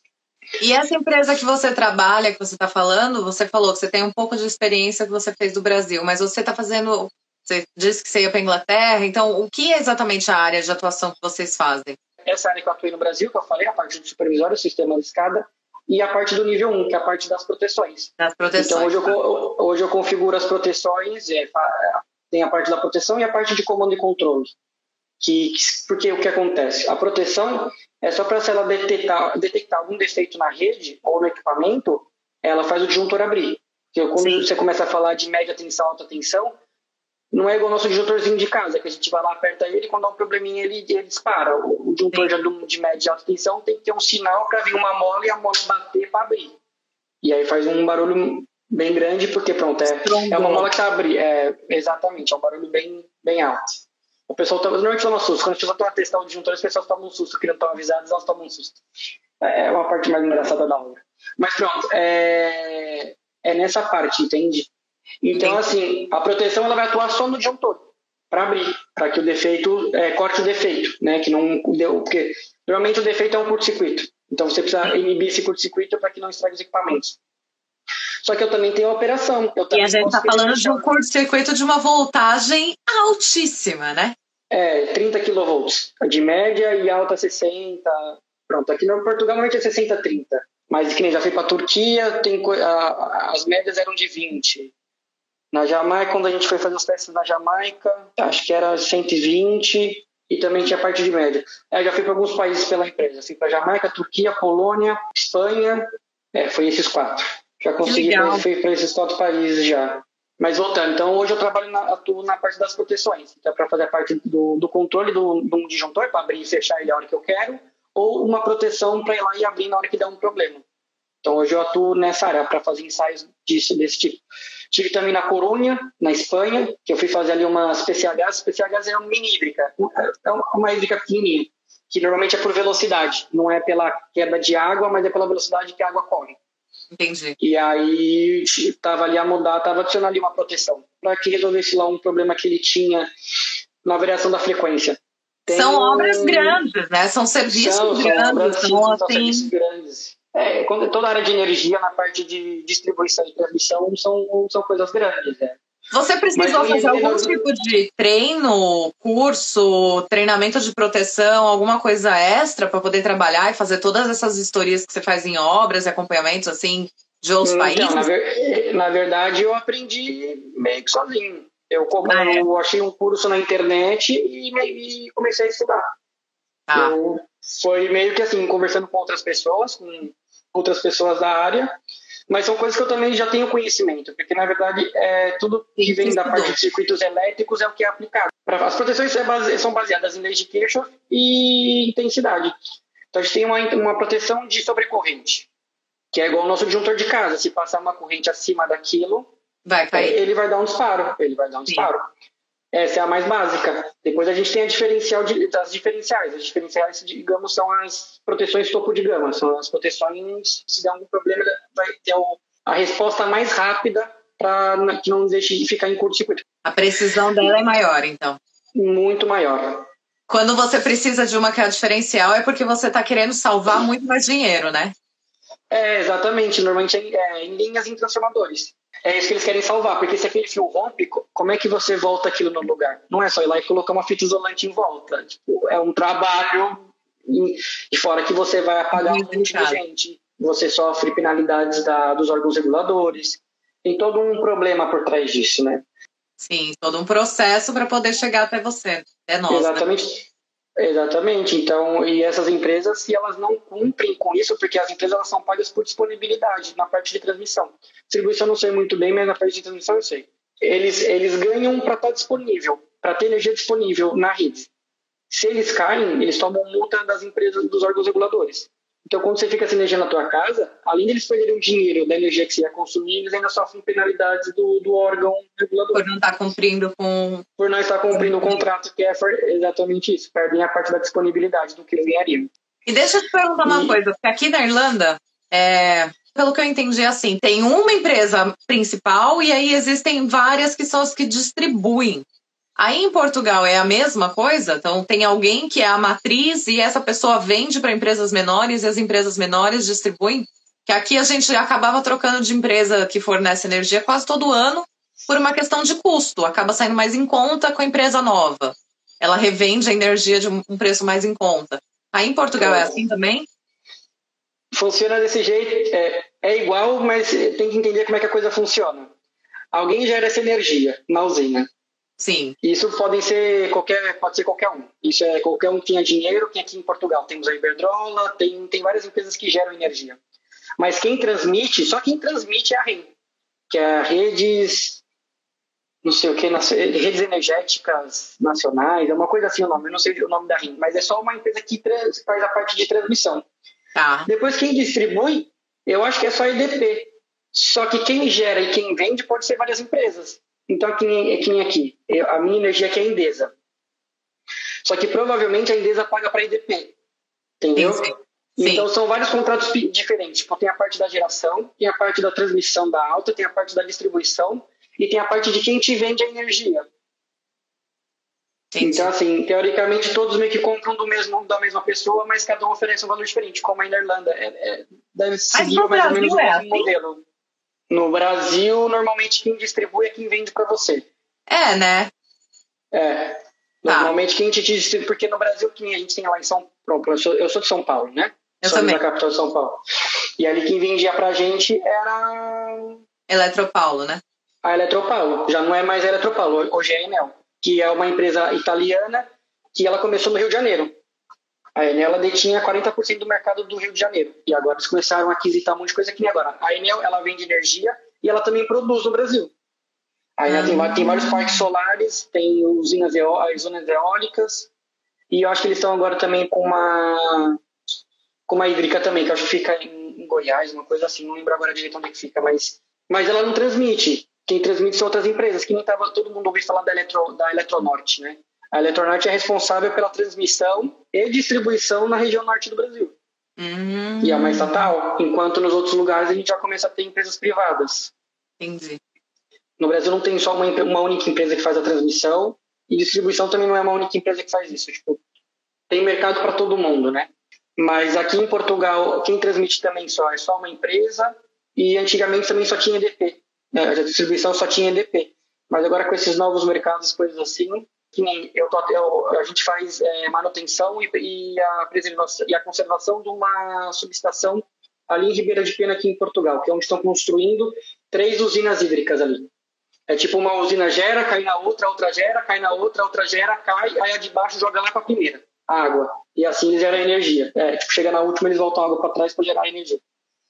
E essa empresa que você trabalha, que você está falando, você falou que você tem um pouco de experiência que você fez do Brasil, mas você está fazendo... Você disse que você ia para a Inglaterra, então o que é exatamente a área de atuação que vocês fazem? Essa área que eu atuei no Brasil, que eu falei, a parte do supervisório, o sistema de escada, e a parte do nível um, que é a parte das proteções. Das proteções. Então hoje eu, tá. hoje eu configuro as proteções, é, tem a parte da proteção e a parte de comando e controle. Que, porque o que acontece? A proteção é só para se ela detectar, detectar algum defeito na rede ou no equipamento, ela faz o disjuntor abrir. Porque quando Sim. você começa a falar de média tensão, alta tensão, não é igual o nosso disjuntorzinho de casa, que a gente vai lá, aperta ele, quando dá um probleminha ele, ele dispara. O, o disjuntor já de média e alta tensão tem que ter um sinal para vir uma mola e a mola bater para abrir. E aí faz um barulho bem grande, porque pronto, é, é uma mola que está abrindo. É, exatamente, é um barulho bem, bem alto. O pessoal tá, normalmente toma um susto. Quando as pessoas estão a testar o disjuntor, as pessoas tomam um susto, que não estão avisadas, elas tomam um susto. É uma parte mais engraçada da obra. Mas pronto, é, é nessa parte, entende? Então, assim, a proteção ela vai atuar só no disjuntor, para abrir, para que o defeito, é, corte o defeito, né? Que não deu, porque normalmente o defeito é um curto-circuito. Então você precisa inibir esse curto-circuito para que não estrague os equipamentos. Só que eu também tenho a operação. Eu e a gente está falando de um curto-circuito de uma voltagem altíssima, né? É, trinta quilovolts, de média e alta sessenta. Pronto, aqui no Portugal normalmente é sessenta a trinta. Mas que nem já fui para a Turquia, tem, a, as médias eram de vinte. Na Jamaica, quando a gente foi fazer os testes na Jamaica, acho que era cento e vinte e também tinha parte de média. É, já fui para alguns países pela empresa. Fui para Jamaica, Turquia, Polônia, Espanha. É, foi esses quatro. Já consegui fui para esses quatro países já. Mas voltando, então hoje eu trabalho na, atuo na parte das proteções. Então, para fazer a parte do, do controle do, do disjuntor, para abrir e fechar ele a hora que eu quero, ou uma proteção para ir lá e abrir na hora que der um problema. Então hoje eu atuo nessa área para fazer ensaios disso, desse tipo. Tive também na Corunha, na Espanha, que eu fui fazer ali umas P C Hs. P C Hs é uma mini hídrica, é uma hídrica pequenininha, que normalmente é por velocidade, não é pela queda de água, mas é pela velocidade que a água corre. Entendi. E aí estava ali a mudar, estava adicionando ali uma proteção, para que resolvesse lá um problema que ele tinha na variação da frequência. Tem são um... obras grandes, né? São serviços são, grandes. São, obras, são, são assim... serviços grandes. É, quando toda a área de energia, na parte de distribuição e transmissão, são, são coisas grandes. É. Você precisou fazer algum tipo de treino, curso, treinamento de proteção, alguma coisa extra para poder trabalhar e fazer todas essas histórias que você faz em obras e acompanhamentos, assim, de outros então, países? Na, ver, na verdade, eu aprendi meio que sozinho. Eu, ah, é? eu achei um curso na internet e, e comecei a estudar. Ah. Eu, foi meio que assim, conversando com outras pessoas, com outras pessoas da área, mas são coisas que eu também já tenho conhecimento, porque na verdade é, tudo que vem da parte de circuitos elétricos é o que é aplicado. As proteções é base, são baseadas em leis de Kirchhoff e intensidade. Então a gente tem uma, uma proteção de sobrecorrente, que é igual ao nosso disjuntor de casa. Se passar uma corrente acima daquilo, vai cair. ele vai dar um disparo. Ele vai dar um Sim. disparo. Essa é a mais básica. Depois a gente tem a diferencial de, das diferenciais. As diferenciais, digamos, são as proteções topo de gama. São as proteções, se der algum problema, vai ter a resposta mais rápida para que não deixe de ficar em curto-circuito. A precisão dela é maior, então. Muito maior. Quando você precisa de uma que é a diferencial, é porque você está querendo salvar muito mais dinheiro, né? É, exatamente. Normalmente é em linhas em transformadores. É isso que eles querem salvar, porque se aquele fio rompe, como é que você volta aquilo no lugar? Não é só ir lá e colocar uma fita isolante em volta. Tipo, é um trabalho, e fora que você vai apagar um monte de gente, você sofre penalidades da, dos órgãos reguladores, tem todo um problema por trás disso, né? Sim, todo um processo para poder chegar até você, é nosso. Exatamente. Né? Exatamente, então, e essas empresas, se elas não cumprem com isso, porque as empresas elas são pagas por disponibilidade na parte de transmissão. Distribuição eu não sei muito bem, mas na parte de transmissão eu sei. Eles, eles ganham para estar disponível, para ter energia disponível na rede. Se eles caem, eles tomam multa das empresas, dos órgãos reguladores. Então, quando você fica sem energia na tua casa, além de eles perderem o dinheiro da energia que você ia consumir, eles ainda sofrem penalidades do, do órgão regulador. Por não estar cumprindo com... Por não estar cumprindo o contrato, que é exatamente isso. Perdem a parte da disponibilidade do que eles ganhariam. E deixa eu te perguntar uma e... coisa, porque aqui na Irlanda, é, pelo que eu entendi, assim, tem uma empresa principal e aí existem várias que são as que distribuem. Aí em Portugal é a mesma coisa? Então tem alguém que é a matriz e essa pessoa vende para empresas menores e as empresas menores distribuem? Que aqui a gente acabava trocando de empresa que fornece energia quase todo ano por uma questão de custo. Acaba saindo mais em conta com a empresa nova. Ela revende a energia de um preço mais em conta. Aí em Portugal é assim também? Funciona desse jeito. É, é igual, mas tem que entender como é que a coisa funciona. Alguém gera essa energia na usina. Sim. Isso pode ser qualquer, pode ser qualquer um. Isso é qualquer um que tenha dinheiro, que aqui em Portugal temos a Iberdrola, tem, tem várias empresas que geram energia. Mas quem transmite, só quem transmite é a REN, que é a redes, não sei o que, redes energéticas nacionais, é uma coisa assim o nome, eu não sei o nome da REN, mas é só uma empresa que trans, faz a parte de transmissão. Tá. Depois quem distribui, eu acho que é só a E D P. Só que quem gera e quem vende pode ser várias empresas. Então, aqui, aqui, aqui a minha energia aqui é a Endesa. Só que provavelmente a Endesa paga para a E D P. Entendeu? Sim, sim. Então, Sim. são vários contratos diferentes. Tipo, tem a parte da geração, tem a parte da transmissão da alta, tem a parte da distribuição e tem a parte de quem te vende a energia. Entendi. Então, assim, teoricamente, todos meio que compram do mesmo, da mesma pessoa, mas cada um oferece um valor diferente, como aí na Irlanda. É, é, deve seguir mais Brasil ou menos o é mesmo assim? modelo. No Brasil, normalmente quem distribui é quem vende para você. É, né? É. Normalmente quem te distribui, porque no Brasil quem a gente tem lá em São Paulo, eu sou, eu sou de São Paulo, né? Eu sou também. da capital de São Paulo. E ali quem vendia pra gente era... Eletropaulo, né? A Eletropaulo. Já não é mais a Eletropaulo, hoje é a Enel, que é uma empresa italiana que ela começou no Rio de Janeiro. A Enel ela detinha quarenta por cento do mercado do Rio de Janeiro. E agora eles começaram a aquisitar um monte de coisa aqui agora. A Enel ela vende energia e ela também produz no Brasil. A Enel uhum. tem, tem vários parques solares, tem usinas eólicas, zonas eólicas. E eu acho que eles estão agora também com uma, com uma hídrica também, que eu acho que fica em, em Goiás, uma coisa assim. Não lembro agora direito onde é que fica, mas, mas ela não transmite. Quem transmite são outras empresas, que nem tava, todo mundo ouviu falar da, Eletro, da Eletronorte, né? A Eletronorte é responsável pela transmissão e distribuição na região norte do Brasil. Hum. E é uma estatal, enquanto nos outros lugares a gente já começa a ter empresas privadas. Entendi. No Brasil não tem só uma, uma única empresa que faz a transmissão, e distribuição também não é uma única empresa que faz isso. Tipo, tem mercado para todo mundo, né? Mas aqui em Portugal, quem transmite também só é só uma empresa, e antigamente também só tinha E D P. Né? A distribuição só tinha E D P. Mas agora com esses novos mercados, coisas assim, que nem eu, eu, a gente faz é, manutenção e, e, a preservação, e a conservação de uma subestação ali em Ribeira de Pena, aqui em Portugal, que é onde estão construindo três usinas hídricas ali. É tipo uma usina gera, cai na outra, a outra gera, cai na outra, a outra gera, cai, aí a de baixo joga lá para a primeira, a água. E assim eles geram energia. É, tipo, chega na última, eles voltam a água para trás para gerar energia.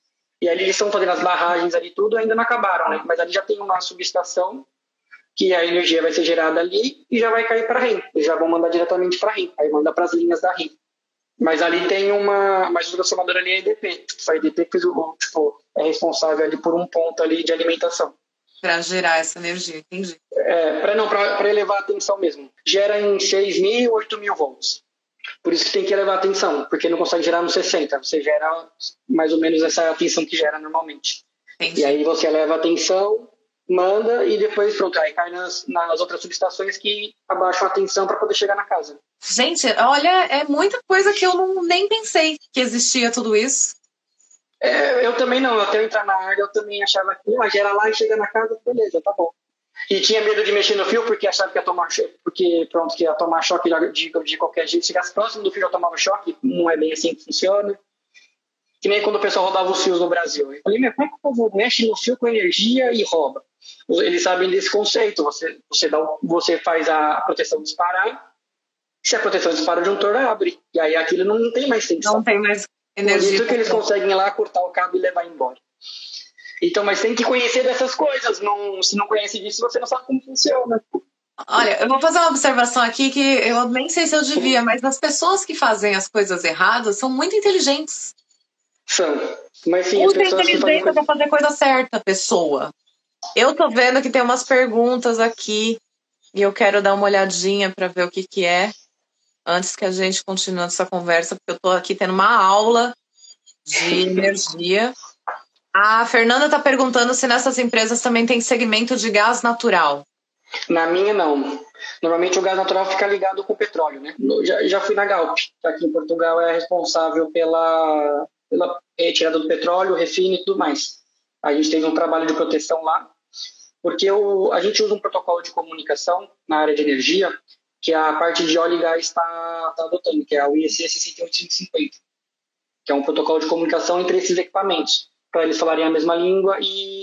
E ali eles estão fazendo as barragens ali, tudo, ainda não acabaram, né? Mas ali já tem uma subestação que a energia vai ser gerada ali e já vai cair para a REN. Eles já vão mandar diretamente para a REN. Aí manda para as linhas da REN. Mas ali tem uma... Mas o transformador ali é a E D P. Tipo, a E D P que tipo, é responsável ali por um ponto ali de alimentação. Para gerar essa energia, entendi. É, para não, para elevar a tensão mesmo. Gera em seis mil, oito mil volts. Por isso que tem que elevar a tensão, porque não consegue gerar no sessenta. Você gera mais ou menos essa tensão que gera normalmente. Entendi. E aí você eleva a tensão, manda e depois pronto, aí cai nas, nas outras subestações que abaixam a tensão para poder chegar na casa. Gente, olha, é muita coisa que eu não, nem pensei que existia tudo isso. É, eu também não, até eu entrar na área eu também achava que ah, gera lá e chega na casa, beleza, tá bom. E tinha medo de mexer no fio porque achava que ia tomar choque, porque pronto, que ia tomar choque de, de qualquer jeito, se chegasse próximo do fio já tomava choque, não é bem assim que funciona. Que nem quando o pessoal roubava os fios no Brasil. Eu falei, meu, como é que o povo mexe no fio com energia e rouba? Eles sabem desse conceito, você, você, dá, você faz a proteção disparar, se a proteção dispara, o disjuntor abre, e aí aquilo não tem mais tensão. Não tem mais energia. Por isso que eles conseguem ir lá cortar o cabo e levar embora. Então, mas tem que conhecer dessas coisas, não, se não conhece disso, você não sabe como funciona. Olha, eu vou fazer uma observação aqui que eu nem sei se eu devia, mas as pessoas que fazem as coisas erradas são muito inteligentes. São. Mas sim, as Usa a pessoas que fazem inteligência coisa... para fazer coisa certa, pessoa. Eu tô vendo que tem umas perguntas aqui e eu quero dar uma olhadinha para ver o que que é antes que a gente continue essa conversa, porque eu tô aqui tendo uma aula de energia. A Fernanda tá perguntando se nessas empresas também tem segmento de gás natural. Na minha, não. Normalmente o gás natural fica ligado com o petróleo, né? Já, já fui na Galp, que aqui em Portugal é responsável pela, pela retirada do petróleo, refino e tudo mais. A gente teve um trabalho de proteção lá, porque o, a gente usa um protocolo de comunicação na área de energia, que a parte de óleo e gás está tá adotando, que é o I E C sessenta e oito mil quinhentos e cinquenta, que é um protocolo de comunicação entre esses equipamentos, para eles falarem a mesma língua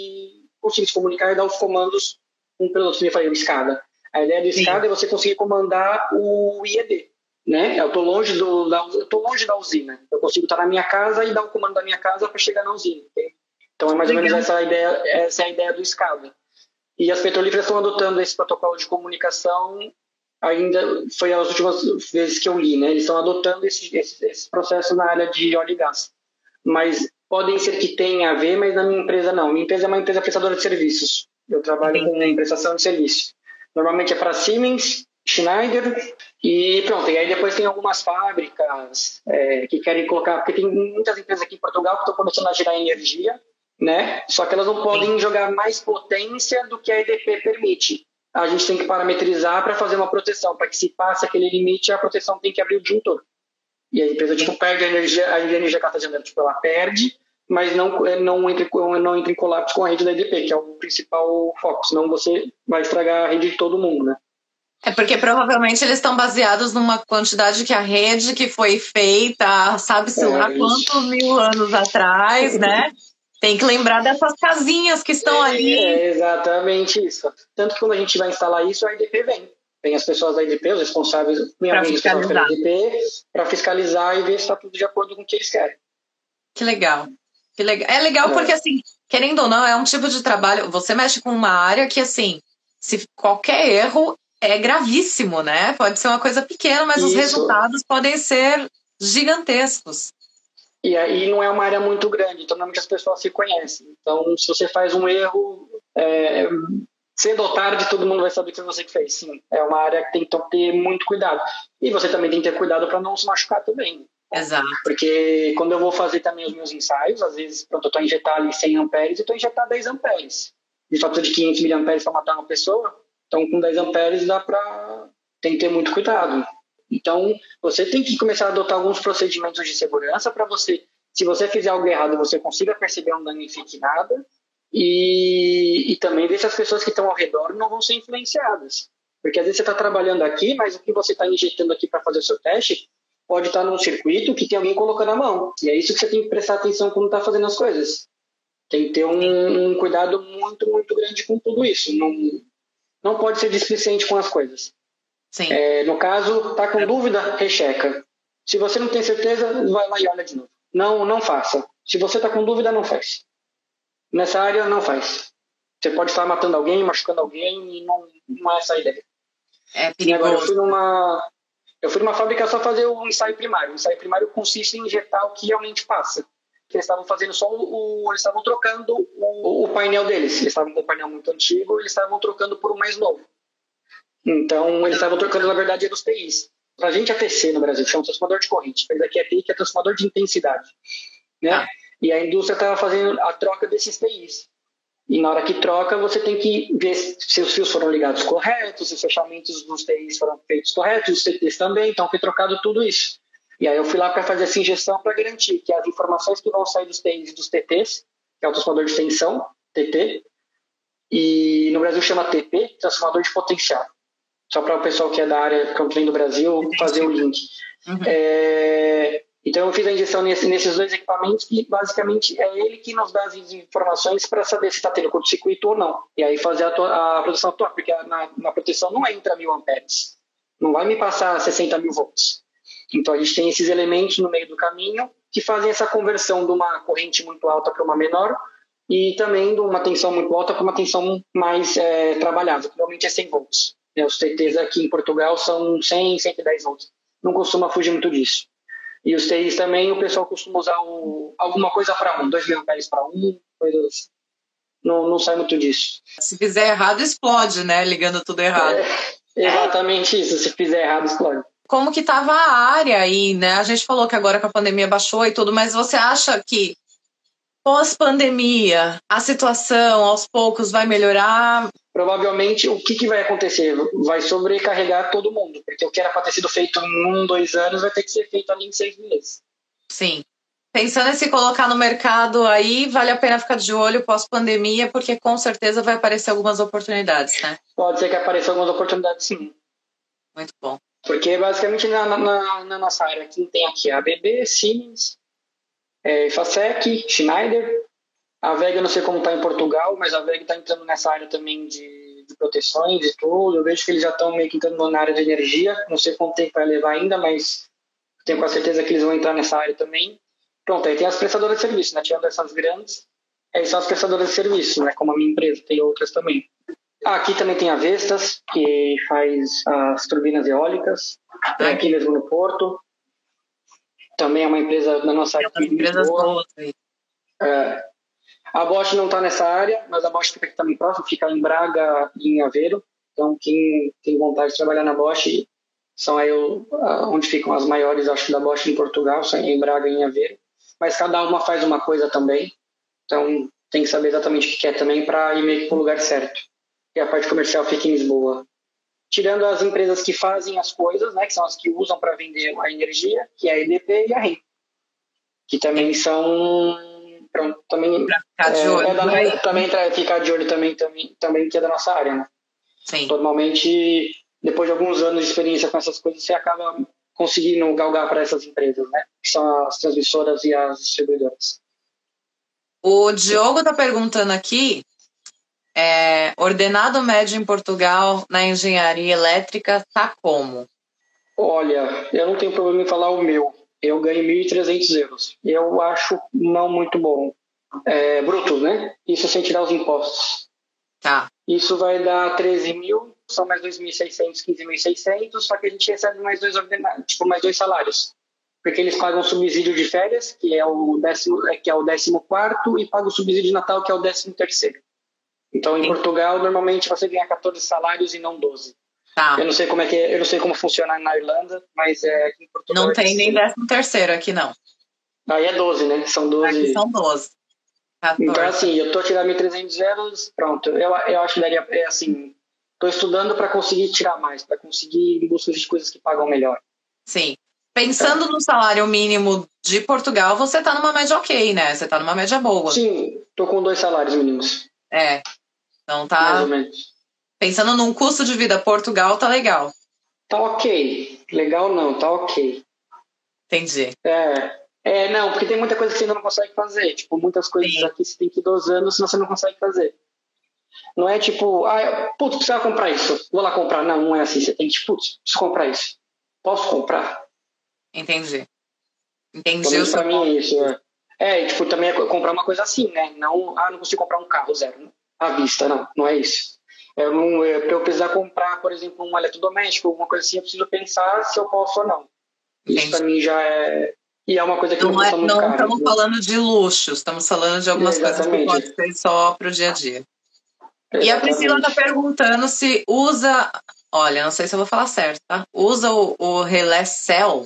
e conseguir se comunicar e dar os comandos um pelo outro. Eu falei, o escada. A ideia do escada é você conseguir comandar o I E D, né? Eu estou longe do, da, eu tô longe da usina. Eu consigo estar na minha casa e dar o comando da minha casa para chegar na usina. Entende? Então é mais Legal. ou menos essa a ideia, essa é a ideia do escada. E as petrolíferas estão adotando esse protocolo de comunicação. Ainda foi as últimas vezes que eu li, né? Eles estão adotando esse, esse, esse processo na área de óleo e gás. Mas podem ser que tenha a ver, mas na minha empresa não. Minha empresa é uma empresa prestadora de serviços. Eu trabalho Entendi. com prestação de serviço. Normalmente é para Siemens, Schneider e pronto. E aí depois tem algumas fábricas é, que querem colocar... Porque tem muitas empresas aqui em Portugal que estão começando a gerar energia, né? Só que elas não podem Sim. jogar mais potência do que a E D P permite. A gente tem que parametrizar para fazer uma proteção, para que se passe aquele limite, a proteção tem que abrir o disjuntor. E a empresa tipo, perde a energia, a energia que ela está gerando, tipo, ela perde, mas não, não, entra, não entra em colapso com a rede da E D P, que é o principal foco, senão você vai estragar a rede de todo mundo, né? É porque provavelmente eles estão baseados numa quantidade que a rede que foi feita, sabe-se é, lá quantos mil anos atrás, né? Tem que lembrar dessas casinhas que estão ali. É exatamente isso. Tanto que quando a gente vai instalar isso, a E D P vem. Vem as pessoas da E D P, os responsáveis, para fiscalizar. E D P, para fiscalizar e ver se está tudo de acordo com o que eles querem. Que legal. Que legal. É legal é. porque, assim, querendo ou não, é um tipo de trabalho. Você mexe com uma área que, assim, se qualquer erro é gravíssimo, né? Pode ser uma coisa pequena, mas isso. os resultados podem ser gigantescos. E aí não é uma área muito grande, então normalmente as pessoas se conhecem. Então, se você faz um erro, é, cedo ou tarde todo mundo vai saber que foi você que fez. Sim, é uma área que tem que ter muito cuidado. E você também tem que ter cuidado para não se machucar também. Exato. Porque quando eu vou fazer também os meus ensaios, às vezes, pronto, eu estou a injetar ali cem amperes e estou a injetar dez amperes. De fato, de quinhentos miliamperes para matar uma pessoa, então com dez amperes dá para... Tem que ter muito cuidado. Então, você tem que começar a adotar alguns procedimentos de segurança para você, se você fizer algo errado, você consiga perceber um dano e fique nada, e, e também ver se as pessoas que estão ao redor não vão ser influenciadas. Porque às vezes você está trabalhando aqui, mas o que você está injetando aqui para fazer o seu teste pode estar num circuito que tem alguém colocando a mão. E é isso que você tem que prestar atenção quando está fazendo as coisas. Tem que ter um, um cuidado muito, muito grande com tudo isso. Não, não pode ser displicente com as coisas. Sim. É, no caso, tá com dúvida, recheca. Se você não tem certeza, vai lá e olha de novo. Não, não faça. Se você tá com dúvida, não faz. Nessa área, não faz. Você pode estar matando alguém, machucando alguém e não, não é essa a ideia. É perigoso. E agora, eu fui numa, eu fui numa fábrica só fazer o ensaio primário. O ensaio primário consiste em injetar o que realmente passa. Eles estavam fazendo só o, o eles estavam trocando o, o painel deles. Eles estavam com um painel muito antigo, eles estavam trocando por um mais novo. Então, eles estavam trocando, na verdade, dos T Is. Para a gente, a T C no Brasil, chama transformador de corrente. Mas aqui é T I, que é transformador de intensidade. Né? Ah. E a indústria estava fazendo a troca desses T Is. E na hora que troca, você tem que ver se os fios foram ligados corretos, se os fechamentos dos T Is foram feitos corretos, os C Ts também. Então, foi trocado tudo isso. E aí eu fui lá para fazer essa injeção para garantir que as informações que vão sair dos T Is e dos T Ts, que é o transformador de tensão, T T, e no Brasil chama T P, transformador de potencial. Só para o pessoal que é da área, que vem do Brasil, fazer o link. Uhum. É, então, eu fiz a injeção nesse, nesses dois equipamentos e, basicamente, é ele que nos dá as informações para saber se está tendo curto-circuito ou não. E aí fazer a, a proteção atual, porque na, na proteção não entra mil amperes. Não vai me passar sessenta mil volts. Então, a gente tem esses elementos no meio do caminho que fazem essa conversão de uma corrente muito alta para uma menor e também de uma tensão muito alta para uma tensão mais é, trabalhada, que normalmente é cem volts. Os T Ts aqui em Portugal são cem, cento e dez volts. Não costuma fugir muito disso. E os T Is também, o pessoal costuma usar o, alguma coisa para um, dois mil reais para um, coisas. Não, não sai muito disso. Se fizer errado, explode, né? Ligando tudo errado. É, exatamente isso. Se fizer errado, explode. Como que estava a área aí, né? A gente falou que agora que a pandemia baixou e tudo, mas você acha que pós-pandemia a situação aos poucos vai melhorar? Provavelmente, o que, que vai acontecer? Vai sobrecarregar todo mundo, porque o que era para ter sido feito em um, dois anos vai ter que ser feito ali em seis meses. Sim. Pensando em se colocar no mercado aí, vale a pena ficar de olho pós-pandemia, porque com certeza vai aparecer algumas oportunidades, né? Pode ser que apareçam algumas oportunidades, sim. Muito bom. Porque, basicamente, na, na, na nossa área, quem tem aqui é a A B B, Siemens, é, Facec, Schneider. A W E G, eu não sei como está em Portugal, mas a W E G está entrando nessa área também de, de proteções e tudo. Eu vejo que eles já estão meio que entrando na área de energia. Não sei quanto tempo vai levar ainda, mas tenho quase certeza que eles vão entrar nessa área também. Pronto, aí tem as prestadoras de serviço, né? Tirando essas grandes, aí são as prestadoras de serviço, né? Como a minha empresa, tem outras também. Ah, aqui também tem a Vestas, que faz as turbinas eólicas, é aqui mesmo no Porto. Também é uma empresa da nossa área. Tem empresas boas aí. É, a Bosch não está nessa área, mas a Bosch fica aqui também próximo, fica em Braga e em Aveiro. Então, quem tem vontade de trabalhar na Bosch, são aí o, onde ficam as maiores, acho, da Bosch em Portugal, são em Braga e em Aveiro. Mas cada uma faz uma coisa também, então tem que saber exatamente o que quer também para ir meio que para o lugar certo. E a parte comercial fica em Lisboa. Tirando as empresas que fazem as coisas, né, que são as que usam para vender a energia, que é a E D P e a R E N, que também são... Pronto, também ficar de olho, é, é da, né? Também ficar de olho também, também, também que é da nossa área, né? Sim. Normalmente, depois de alguns anos de experiência com essas coisas, você acaba conseguindo galgar para essas empresas, né? Que são as transmissoras e as distribuidoras. O Diogo está perguntando aqui, é, ordenado médio em Portugal na engenharia elétrica tá como? Olha, eu não tenho problema em falar o meu. Eu ganho mil e trezentos euros. Eu acho não muito bom. É, bruto, né? Isso sem tirar os impostos. Tá. Isso vai dar treze mil, são mais dois mil e seiscentos, quinze mil e seiscentos, só que a gente recebe mais dois ordenados, tipo, mais dois salários. Porque eles pagam subsídio de férias, que é o décimo, que é o décimo quarto, e pagam o subsídio de Natal, que é o décimo terceiro. Então, em Sim. Portugal, normalmente você ganha quatorze salários e não doze. Tá. Eu não sei como é que é, eu não sei como funciona na Irlanda, mas é aqui em Portugal. Não é tem nem décimo terceiro aqui, não. Aí é doze, né? São doze. Aqui são doze. quatorze. Então, assim, eu tô tirando mil e trezentos euros, pronto. Eu, eu acho que daria, é assim, tô estudando para conseguir tirar mais, para conseguir ir em busca de coisas que pagam melhor. Sim. Pensando é. no salário mínimo de Portugal, você tá numa média ok, né? Você tá numa média boa. Sim, tô com dois salários mínimos. É. Então tá... Mais ou menos. Pensando num custo de vida, Portugal tá legal. Tá ok. Legal não, tá ok. Entendi. É, é, não, porque tem muita coisa que você ainda não consegue fazer. Tipo, muitas coisas Sim. aqui você tem que ir dosando, senão você não consegue fazer. Não é tipo, ah, putz, precisa comprar isso. Vou lá comprar. Não, não é assim. Você tem que, putz, preciso comprar isso. Posso comprar? Entendi. Entendi. Pelo menos pra mim é isso. É, é, tipo, também é comprar uma coisa assim, né? Não, ah, não consigo comprar um carro zero. À vista, não. Não é isso. Eu não, eu, pra eu precisar comprar, por exemplo, um eletrodoméstico, alguma coisa assim, eu preciso pensar se eu posso ou não. Entendi. Isso pra mim já é... E é uma coisa que não, não é, muito Não cara, estamos né? falando de luxo, estamos falando de algumas Exatamente. coisas que pode ser só pro dia a dia. Exatamente. E a Priscila está perguntando se usa... Olha, não sei se eu vou falar certo, tá? Usa o, o relé Cell?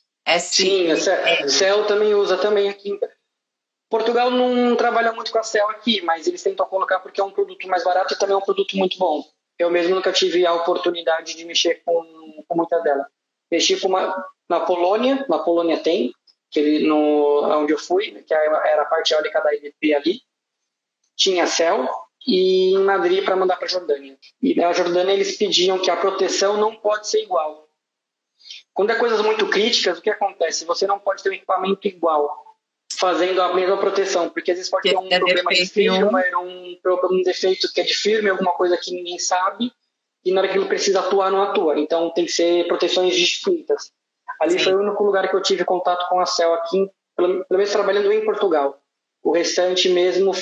S Sim, a Cell também usa também aqui. Portugal não trabalha muito com a Cell aqui, mas eles tentam colocar porque é um produto mais barato e também é um produto muito bom. Eu mesmo nunca tive a oportunidade de mexer com, com muita dela. Mexi com uma, na Polônia, na Polônia tem, que ele, no, onde eu fui, que era a parte eólica da E D P ali, tinha Cell, e em Madrid para mandar para a Jordânia. E na Jordânia eles pediam que a proteção não pode ser igual. Quando é coisas muito críticas, o que acontece? Você não pode ter um equipamento igual, fazendo a mesma proteção, porque às vezes pode ter um é problema de firmware, um, um defeito que é de firmware, alguma coisa que ninguém sabe, e na hora que ele precisa atuar, não atua. Então tem que ser proteções distintas. Ali Sim. foi o único lugar que eu tive contato com a Cell aqui, pelo, pelo menos trabalhando em Portugal. O restante mesmo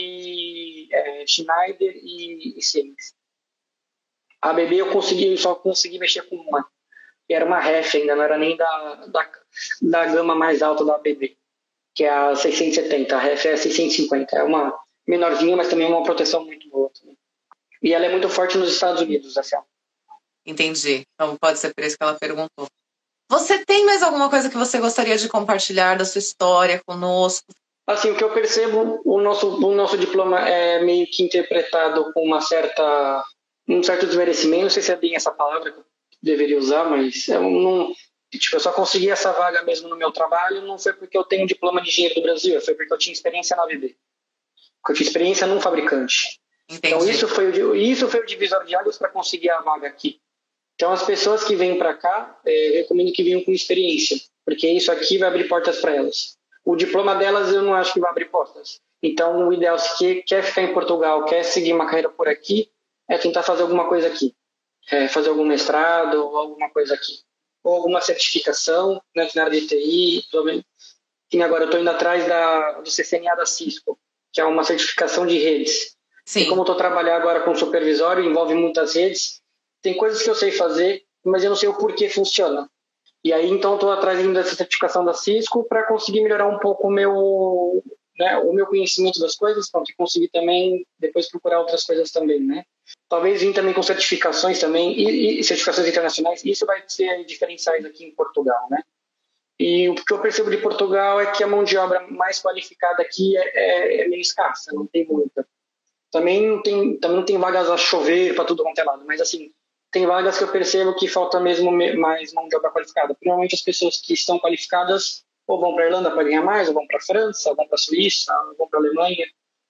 foi é, Schneider e, e Siemens. A A B B eu consegui, só consegui mexer com uma. E era uma ref ainda, não era nem da, da, da gama mais alta da A B B, que é a seiscentos e setenta, a ref é seiscentos e cinquenta. É uma menorzinha, mas também uma proteção muito boa também. E ela é muito forte nos Estados Unidos, assim. Entendi. Então pode ser por isso que ela perguntou. Você tem mais alguma coisa que você gostaria de compartilhar da sua história conosco? Assim, o que eu percebo, o nosso, o nosso diploma é meio que interpretado com uma certa, um certo desmerecimento, não sei se é bem essa palavra que eu deveria usar, mas eu, não, tipo, eu só consegui essa vaga mesmo no meu trabalho, não foi porque eu tenho um diploma de engenheiro do Brasil, foi porque eu tinha experiência na A B B, porque eu tinha experiência num fabricante. Entendi. Então isso foi, o, isso foi o divisor de águas para conseguir a vaga aqui. Então as pessoas que vêm para cá, é, eu recomendo que venham com experiência, porque isso aqui vai abrir portas para elas. O diploma delas eu não acho que vai abrir portas. Então o ideal, se quer ficar em Portugal, quer seguir uma carreira por aqui, é tentar fazer alguma coisa aqui. É, fazer algum mestrado ou alguma coisa aqui. Ou alguma certificação, né, na área de T I. Que agora eu estou indo atrás da, do C C N A da Cisco, que é uma certificação de redes. Sim. E como eu estou trabalhando agora com supervisório, envolve muitas redes, tem coisas que eu sei fazer, mas eu não sei o porquê funciona. E aí, então, estou atrás ainda dessa certificação da Cisco para conseguir melhorar um pouco o meu, né, o meu conhecimento das coisas, para conseguir também depois procurar outras coisas também, né? Talvez vir também com certificações também, e, e certificações internacionais, isso vai ser diferenciais aqui em Portugal, né? E o que eu percebo de Portugal é que a mão de obra mais qualificada aqui é, é, é meio escassa, não tem muita. Também não tem, também não tem vagas a chover para tudo quanto é lado, mas assim, tem vagas que eu percebo que falta mesmo mais mão de obra qualificada. Normalmente as pessoas que estão qualificadas ou vão para a Irlanda para ganhar mais, ou vão para a França, ou vão para a Suíça, ou vão para a Alemanha.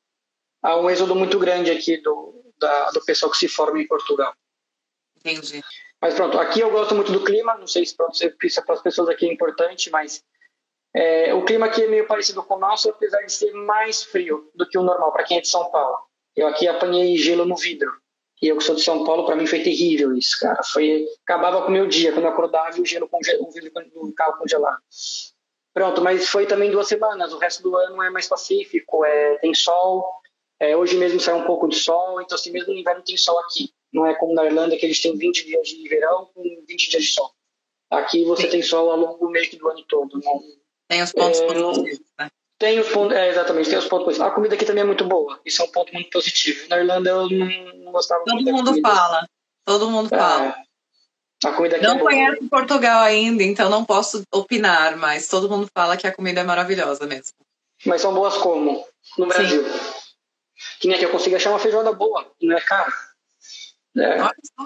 Há um êxodo muito grande aqui do, da, do pessoal que se forma em Portugal. Entendi. Mas pronto, aqui eu gosto muito do clima, não sei se para as pessoas aqui é importante, mas é, o clima aqui é meio parecido com o nosso, apesar de ser mais frio do que o normal para quem é de São Paulo. Eu aqui apanhei gelo no vidro. E eu que sou de São Paulo, para mim foi terrível isso, cara. Foi, acabava com o meu dia, quando eu acordava e o gelo conge, o vidro do carro congelado. Pronto, mas foi também duas semanas. O resto do ano é mais pacífico, é, tem sol. É, hoje mesmo sai um pouco de sol, então assim, mesmo no inverno tem sol aqui. Não é como na Irlanda, que eles têm vinte dias de verão com vinte dias de sol. Aqui você Sim. tem sol ao longo meio que do ano todo. Não, tem os pontos é, positivos, né? Tem os pontos, é, exatamente, tem os pontos positivos. A comida aqui também é muito boa, isso é um ponto muito positivo. Na Irlanda eu não, não gostava todo muito da mundo comida. fala, todo mundo é, fala. A comida aqui não é boa. conheço Portugal ainda, então não posso opinar, mas todo mundo fala que a comida é maravilhosa mesmo. Mas são boas como? No Brasil. Sim. Que nem aqui eu consigo achar uma feijoada boa, não é caro. É.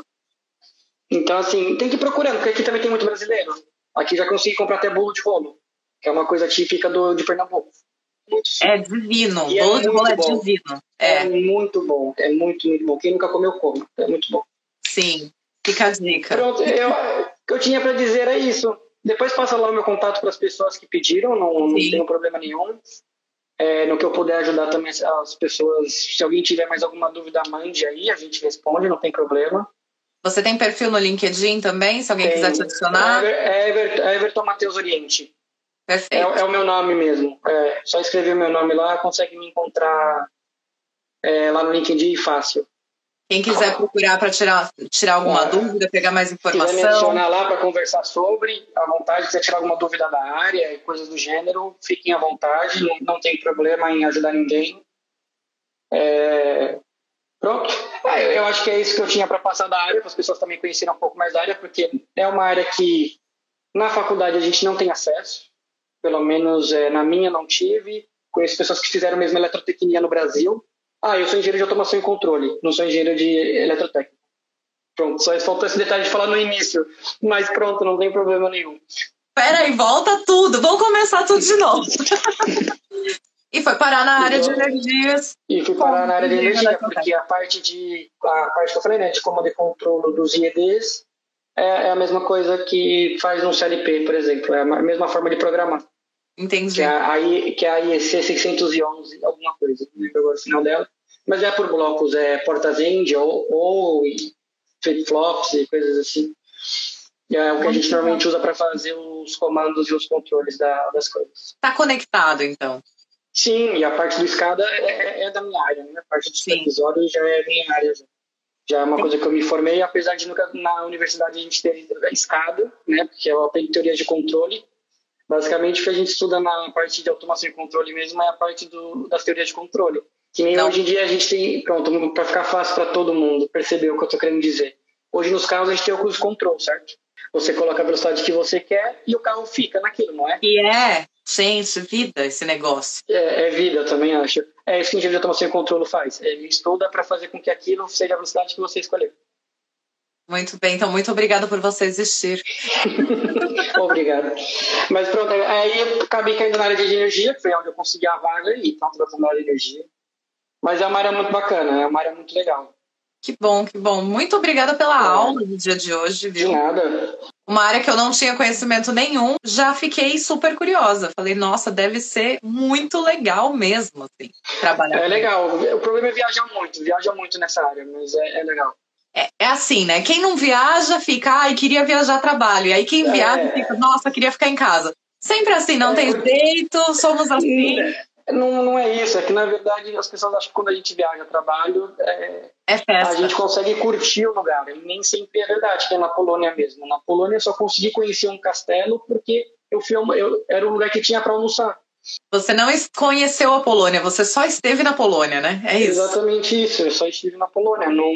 Então, assim, tem que ir procurando, porque aqui também tem muito brasileiro. Aqui já consegui comprar até bolo de rolo, que é uma coisa típica do, de Pernambuco. Muito é divino, o bolo é de rolo é bom. divino. É. é muito bom, é muito, muito bom. Quem nunca comeu, come. É muito bom. Sim, fica a dica. Pronto, eu, o que eu tinha para dizer é isso. Depois passa lá o meu contato para as pessoas que pediram, não, não tenho problema nenhum. É, no que eu puder ajudar também as pessoas, se alguém tiver mais alguma dúvida, mande aí, a gente responde, não tem problema. Você tem perfil no LinkedIn também, se alguém tem. quiser te adicionar? É Everton, é Everton Matheus Oriente. Perfeito. É, é o meu nome mesmo. É, só escrever o meu nome lá, consegue me encontrar é, lá no LinkedIn fácil. Quem quiser procurar para tirar, tirar alguma é. dúvida, pegar mais informação. Se quiser me adicionar lá para conversar sobre, à vontade, se quiser tirar alguma dúvida da área e coisas do gênero, fiquem à vontade, não, não tem problema em ajudar ninguém. É... Pronto. É, eu acho que é isso que eu tinha para passar da área, para as pessoas também conhecerem um pouco mais da área, porque é uma área que na faculdade a gente não tem acesso, pelo menos é, na minha não tive. Conheço pessoas que fizeram mesmo eletrotecnia no Brasil. Ah, eu sou engenheiro de automação e controle, não sou engenheiro de eletrotécnica. Pronto, só faltou esse detalhe de falar no início, mas pronto, não tem problema nenhum. Peraí, volta tudo, vamos começar tudo de novo. E foi parar na área então, de energias. E fui parar na área de energia, porque a parte de, a parte que eu falei, né, de comando e controle dos I E Ds é, é a mesma coisa que faz no C L P, por exemplo, é a mesma forma de programar. Entendi. Que é a, que é a I E C seiscentos e onze, alguma coisa, não lembro agora o final dela. Mas é por blocos, é portas end ou, ou flip-flops e coisas assim. É o que a gente normalmente usa para fazer os comandos e os controles da, das coisas. Está conectado, então? Sim, e a parte do escada é, é da minha área, né? A parte do supervisório já é minha área. Já. Já é uma Sim. coisa que eu me formei, apesar de nunca, na universidade a gente ter a escada, né? Porque eu aprendi teoria de controle. Basicamente, o que a gente estuda na parte de automação e controle mesmo é a parte do, das teorias de controle. Que nem Não. hoje em dia a gente tem, pronto, para ficar fácil para todo mundo perceber o que eu estou querendo dizer. Hoje nos carros a gente tem o cruise control, certo? Você coloca a velocidade que você quer e o carro fica naquilo, não é? E é, gente, vida esse negócio. É, é vida, eu também acho. É isso que a engenharia de automação e controle faz. Ele estuda para fazer com que aquilo seja a velocidade que você escolheu. Muito bem, então muito obrigada por você existir. Obrigado. Mas pronto, aí eu acabei caindo na área de energia, que foi onde eu consegui a vaga e então trabalhando na área de energia. Mas é uma área muito bacana, é uma área muito legal. Que bom, que bom. Muito obrigada pela É. aula do dia de hoje, viu? De nada. Uma área que eu não tinha conhecimento nenhum, já fiquei super curiosa. Falei, nossa, deve ser muito legal mesmo, assim, trabalhar É com legal. O problema é viajar muito, viaja muito nessa área, mas é, é legal. É, é assim, né? Quem não viaja fica, ai, queria viajar a trabalho. E aí quem É. viaja fica, nossa, queria ficar em casa. Sempre assim, não É, tem porque- jeito, somos assim. Não, não é isso, é que na verdade as pessoas acham que quando a gente viaja a trabalho, é, É a festa. gente consegue curtir o lugar. E nem sempre é verdade, que é na Polônia mesmo. Na Polônia eu só consegui conhecer um castelo porque eu fui, eu, era o lugar que tinha para almoçar. Você não es- conheceu a Polônia, você só esteve na Polônia, né? É isso. Exatamente isso, eu só estive na Polônia. Não,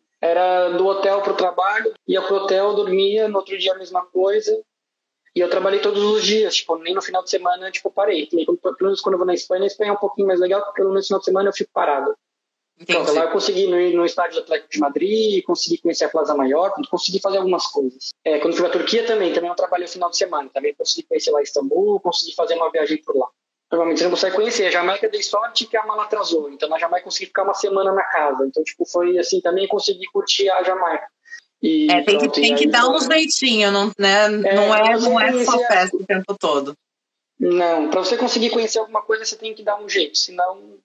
era do hotel para o trabalho, ia pro hotel, dormia, no outro dia a mesma coisa. E eu trabalhei todos os dias, tipo, nem no final de semana, tipo, parei. E, pelo menos quando eu vou na Espanha, na Espanha é um pouquinho mais legal, porque pelo menos no final de semana eu fico parado. Então, Entendi. lá eu consegui ir no, no estádio do Atlético de Madrid, consegui conhecer a Plaza Maior, consegui fazer algumas coisas. É, quando fui à Turquia também, também eu trabalhei no final de semana, também consegui conhecer lá Istambul, consegui fazer uma viagem por lá. Normalmente você não consegue conhecer, a Jamaica dei sorte que a mala atrasou, então na Jamaica eu consegui ficar uma semana na casa, então tipo, foi assim, também consegui curtir a Jamaica. E, É, tem que, pronto, tem e que aí dar foi- um jeitinho, não, né? É, não, é, você não é só conhecer a- festa o tempo todo. Não, para você conseguir conhecer alguma coisa, você tem que dar um jeito, senão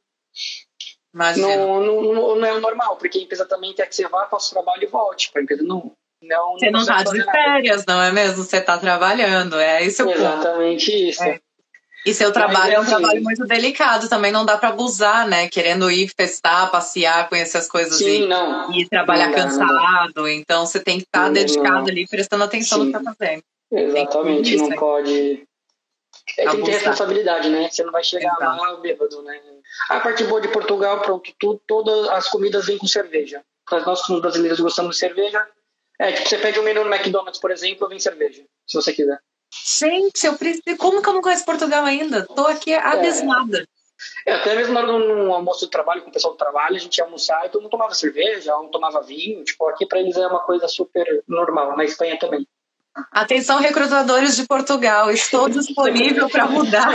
Imagina. não, não, não, não é o normal, porque a empresa também quer que você vá, faça o trabalho e volte. A empresa não, não, Você não consegue tá fazer de nada. férias, não é mesmo? Você tá trabalhando, é esse o ponto. Exatamente isso. É. E seu trabalho é um assim, trabalho muito delicado, também não dá pra abusar, né? Querendo ir festar, passear, conhecer as coisas Sim, e, não. e trabalhar Não dá, não dá. cansado. Então você tem que estar Não, dedicado não. ali, prestando atenção Sim. no que tá fazendo. Exatamente, isso, não hein? pode. É, tem que ter Abusar. responsabilidade, né? Você não vai chegar Exato. lá bêbado, né? A parte boa de Portugal, pronto, tudo, todas as comidas vêm com cerveja. Mas nós, como brasileiros, gostamos de cerveja. É, tipo, você pede um menu no McDonald's, por exemplo, vem cerveja, se você quiser. Gente, eu preciso. Como que eu não conheço Portugal ainda? Tô aqui abismada. É, até mesmo na hora do almoço do trabalho, com o pessoal do trabalho, a gente ia almoçar e todo mundo tomava cerveja, um tomava vinho. Tipo, aqui pra eles é uma coisa super normal. Na Espanha também. Atenção, recrutadores de Portugal, estou disponível para mudar.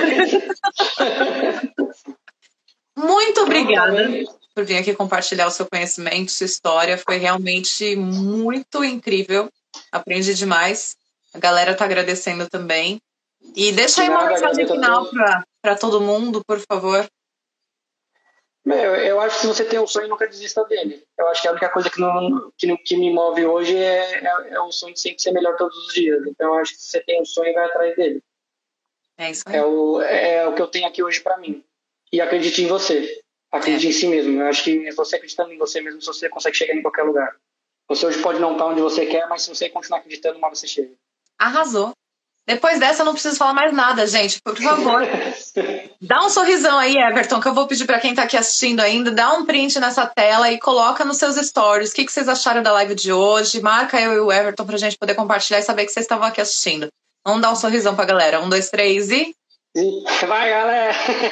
Muito obrigada por vir aqui compartilhar o seu conhecimento, sua história. Foi realmente muito incrível. Aprendi demais. A galera tá agradecendo também. E deixa aí uma Nada, mensagem agradeço a final todos. para todo mundo, por favor. Meu, eu acho que se você tem um sonho, nunca desista dele. Eu acho que a única coisa que, não, que, que me move hoje é, é, é o sonho de sempre ser melhor todos os dias. Então, eu acho que se você tem um sonho, vai atrás dele. É isso aí. É o, é o que eu tenho aqui hoje pra mim. E acredite em você. Acredite É. em si mesmo. Eu acho que você acreditando em você mesmo, você consegue chegar em qualquer lugar. Você hoje pode não estar onde você quer, mas se você continuar acreditando, uma hora você chega. Arrasou. Depois dessa, eu não preciso falar mais nada, gente. Por favor, dá um sorrisão aí, Everton, que eu vou pedir para quem tá aqui assistindo ainda. Dá um print nessa tela e coloca nos seus stories. O que, que vocês acharam da live de hoje? Marca eu e o Everton pra gente poder compartilhar e saber que vocês estavam aqui assistindo. Vamos dar um sorrisão pra galera. Um, dois, três e... Vai, galera!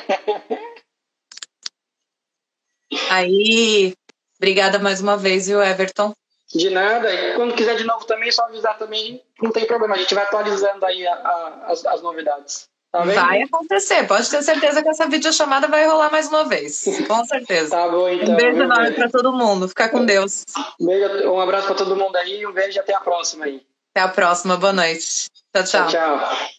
Aí, obrigada mais uma vez, viu, Everton? De nada. E quando quiser de novo também, só avisar também. Não tem problema. A gente vai atualizando aí a, a, as, as novidades. Tá bem? Vai acontecer. Pode ter certeza que essa videochamada vai rolar mais uma vez. Com certeza. Tá bom, então. Um beijo Viu, enorme velho? pra todo mundo. Fica com Deus. Beijo, um abraço pra todo mundo aí. Um beijo e até a próxima aí. Até a próxima. Boa noite. Tchau, tchau. Tchau.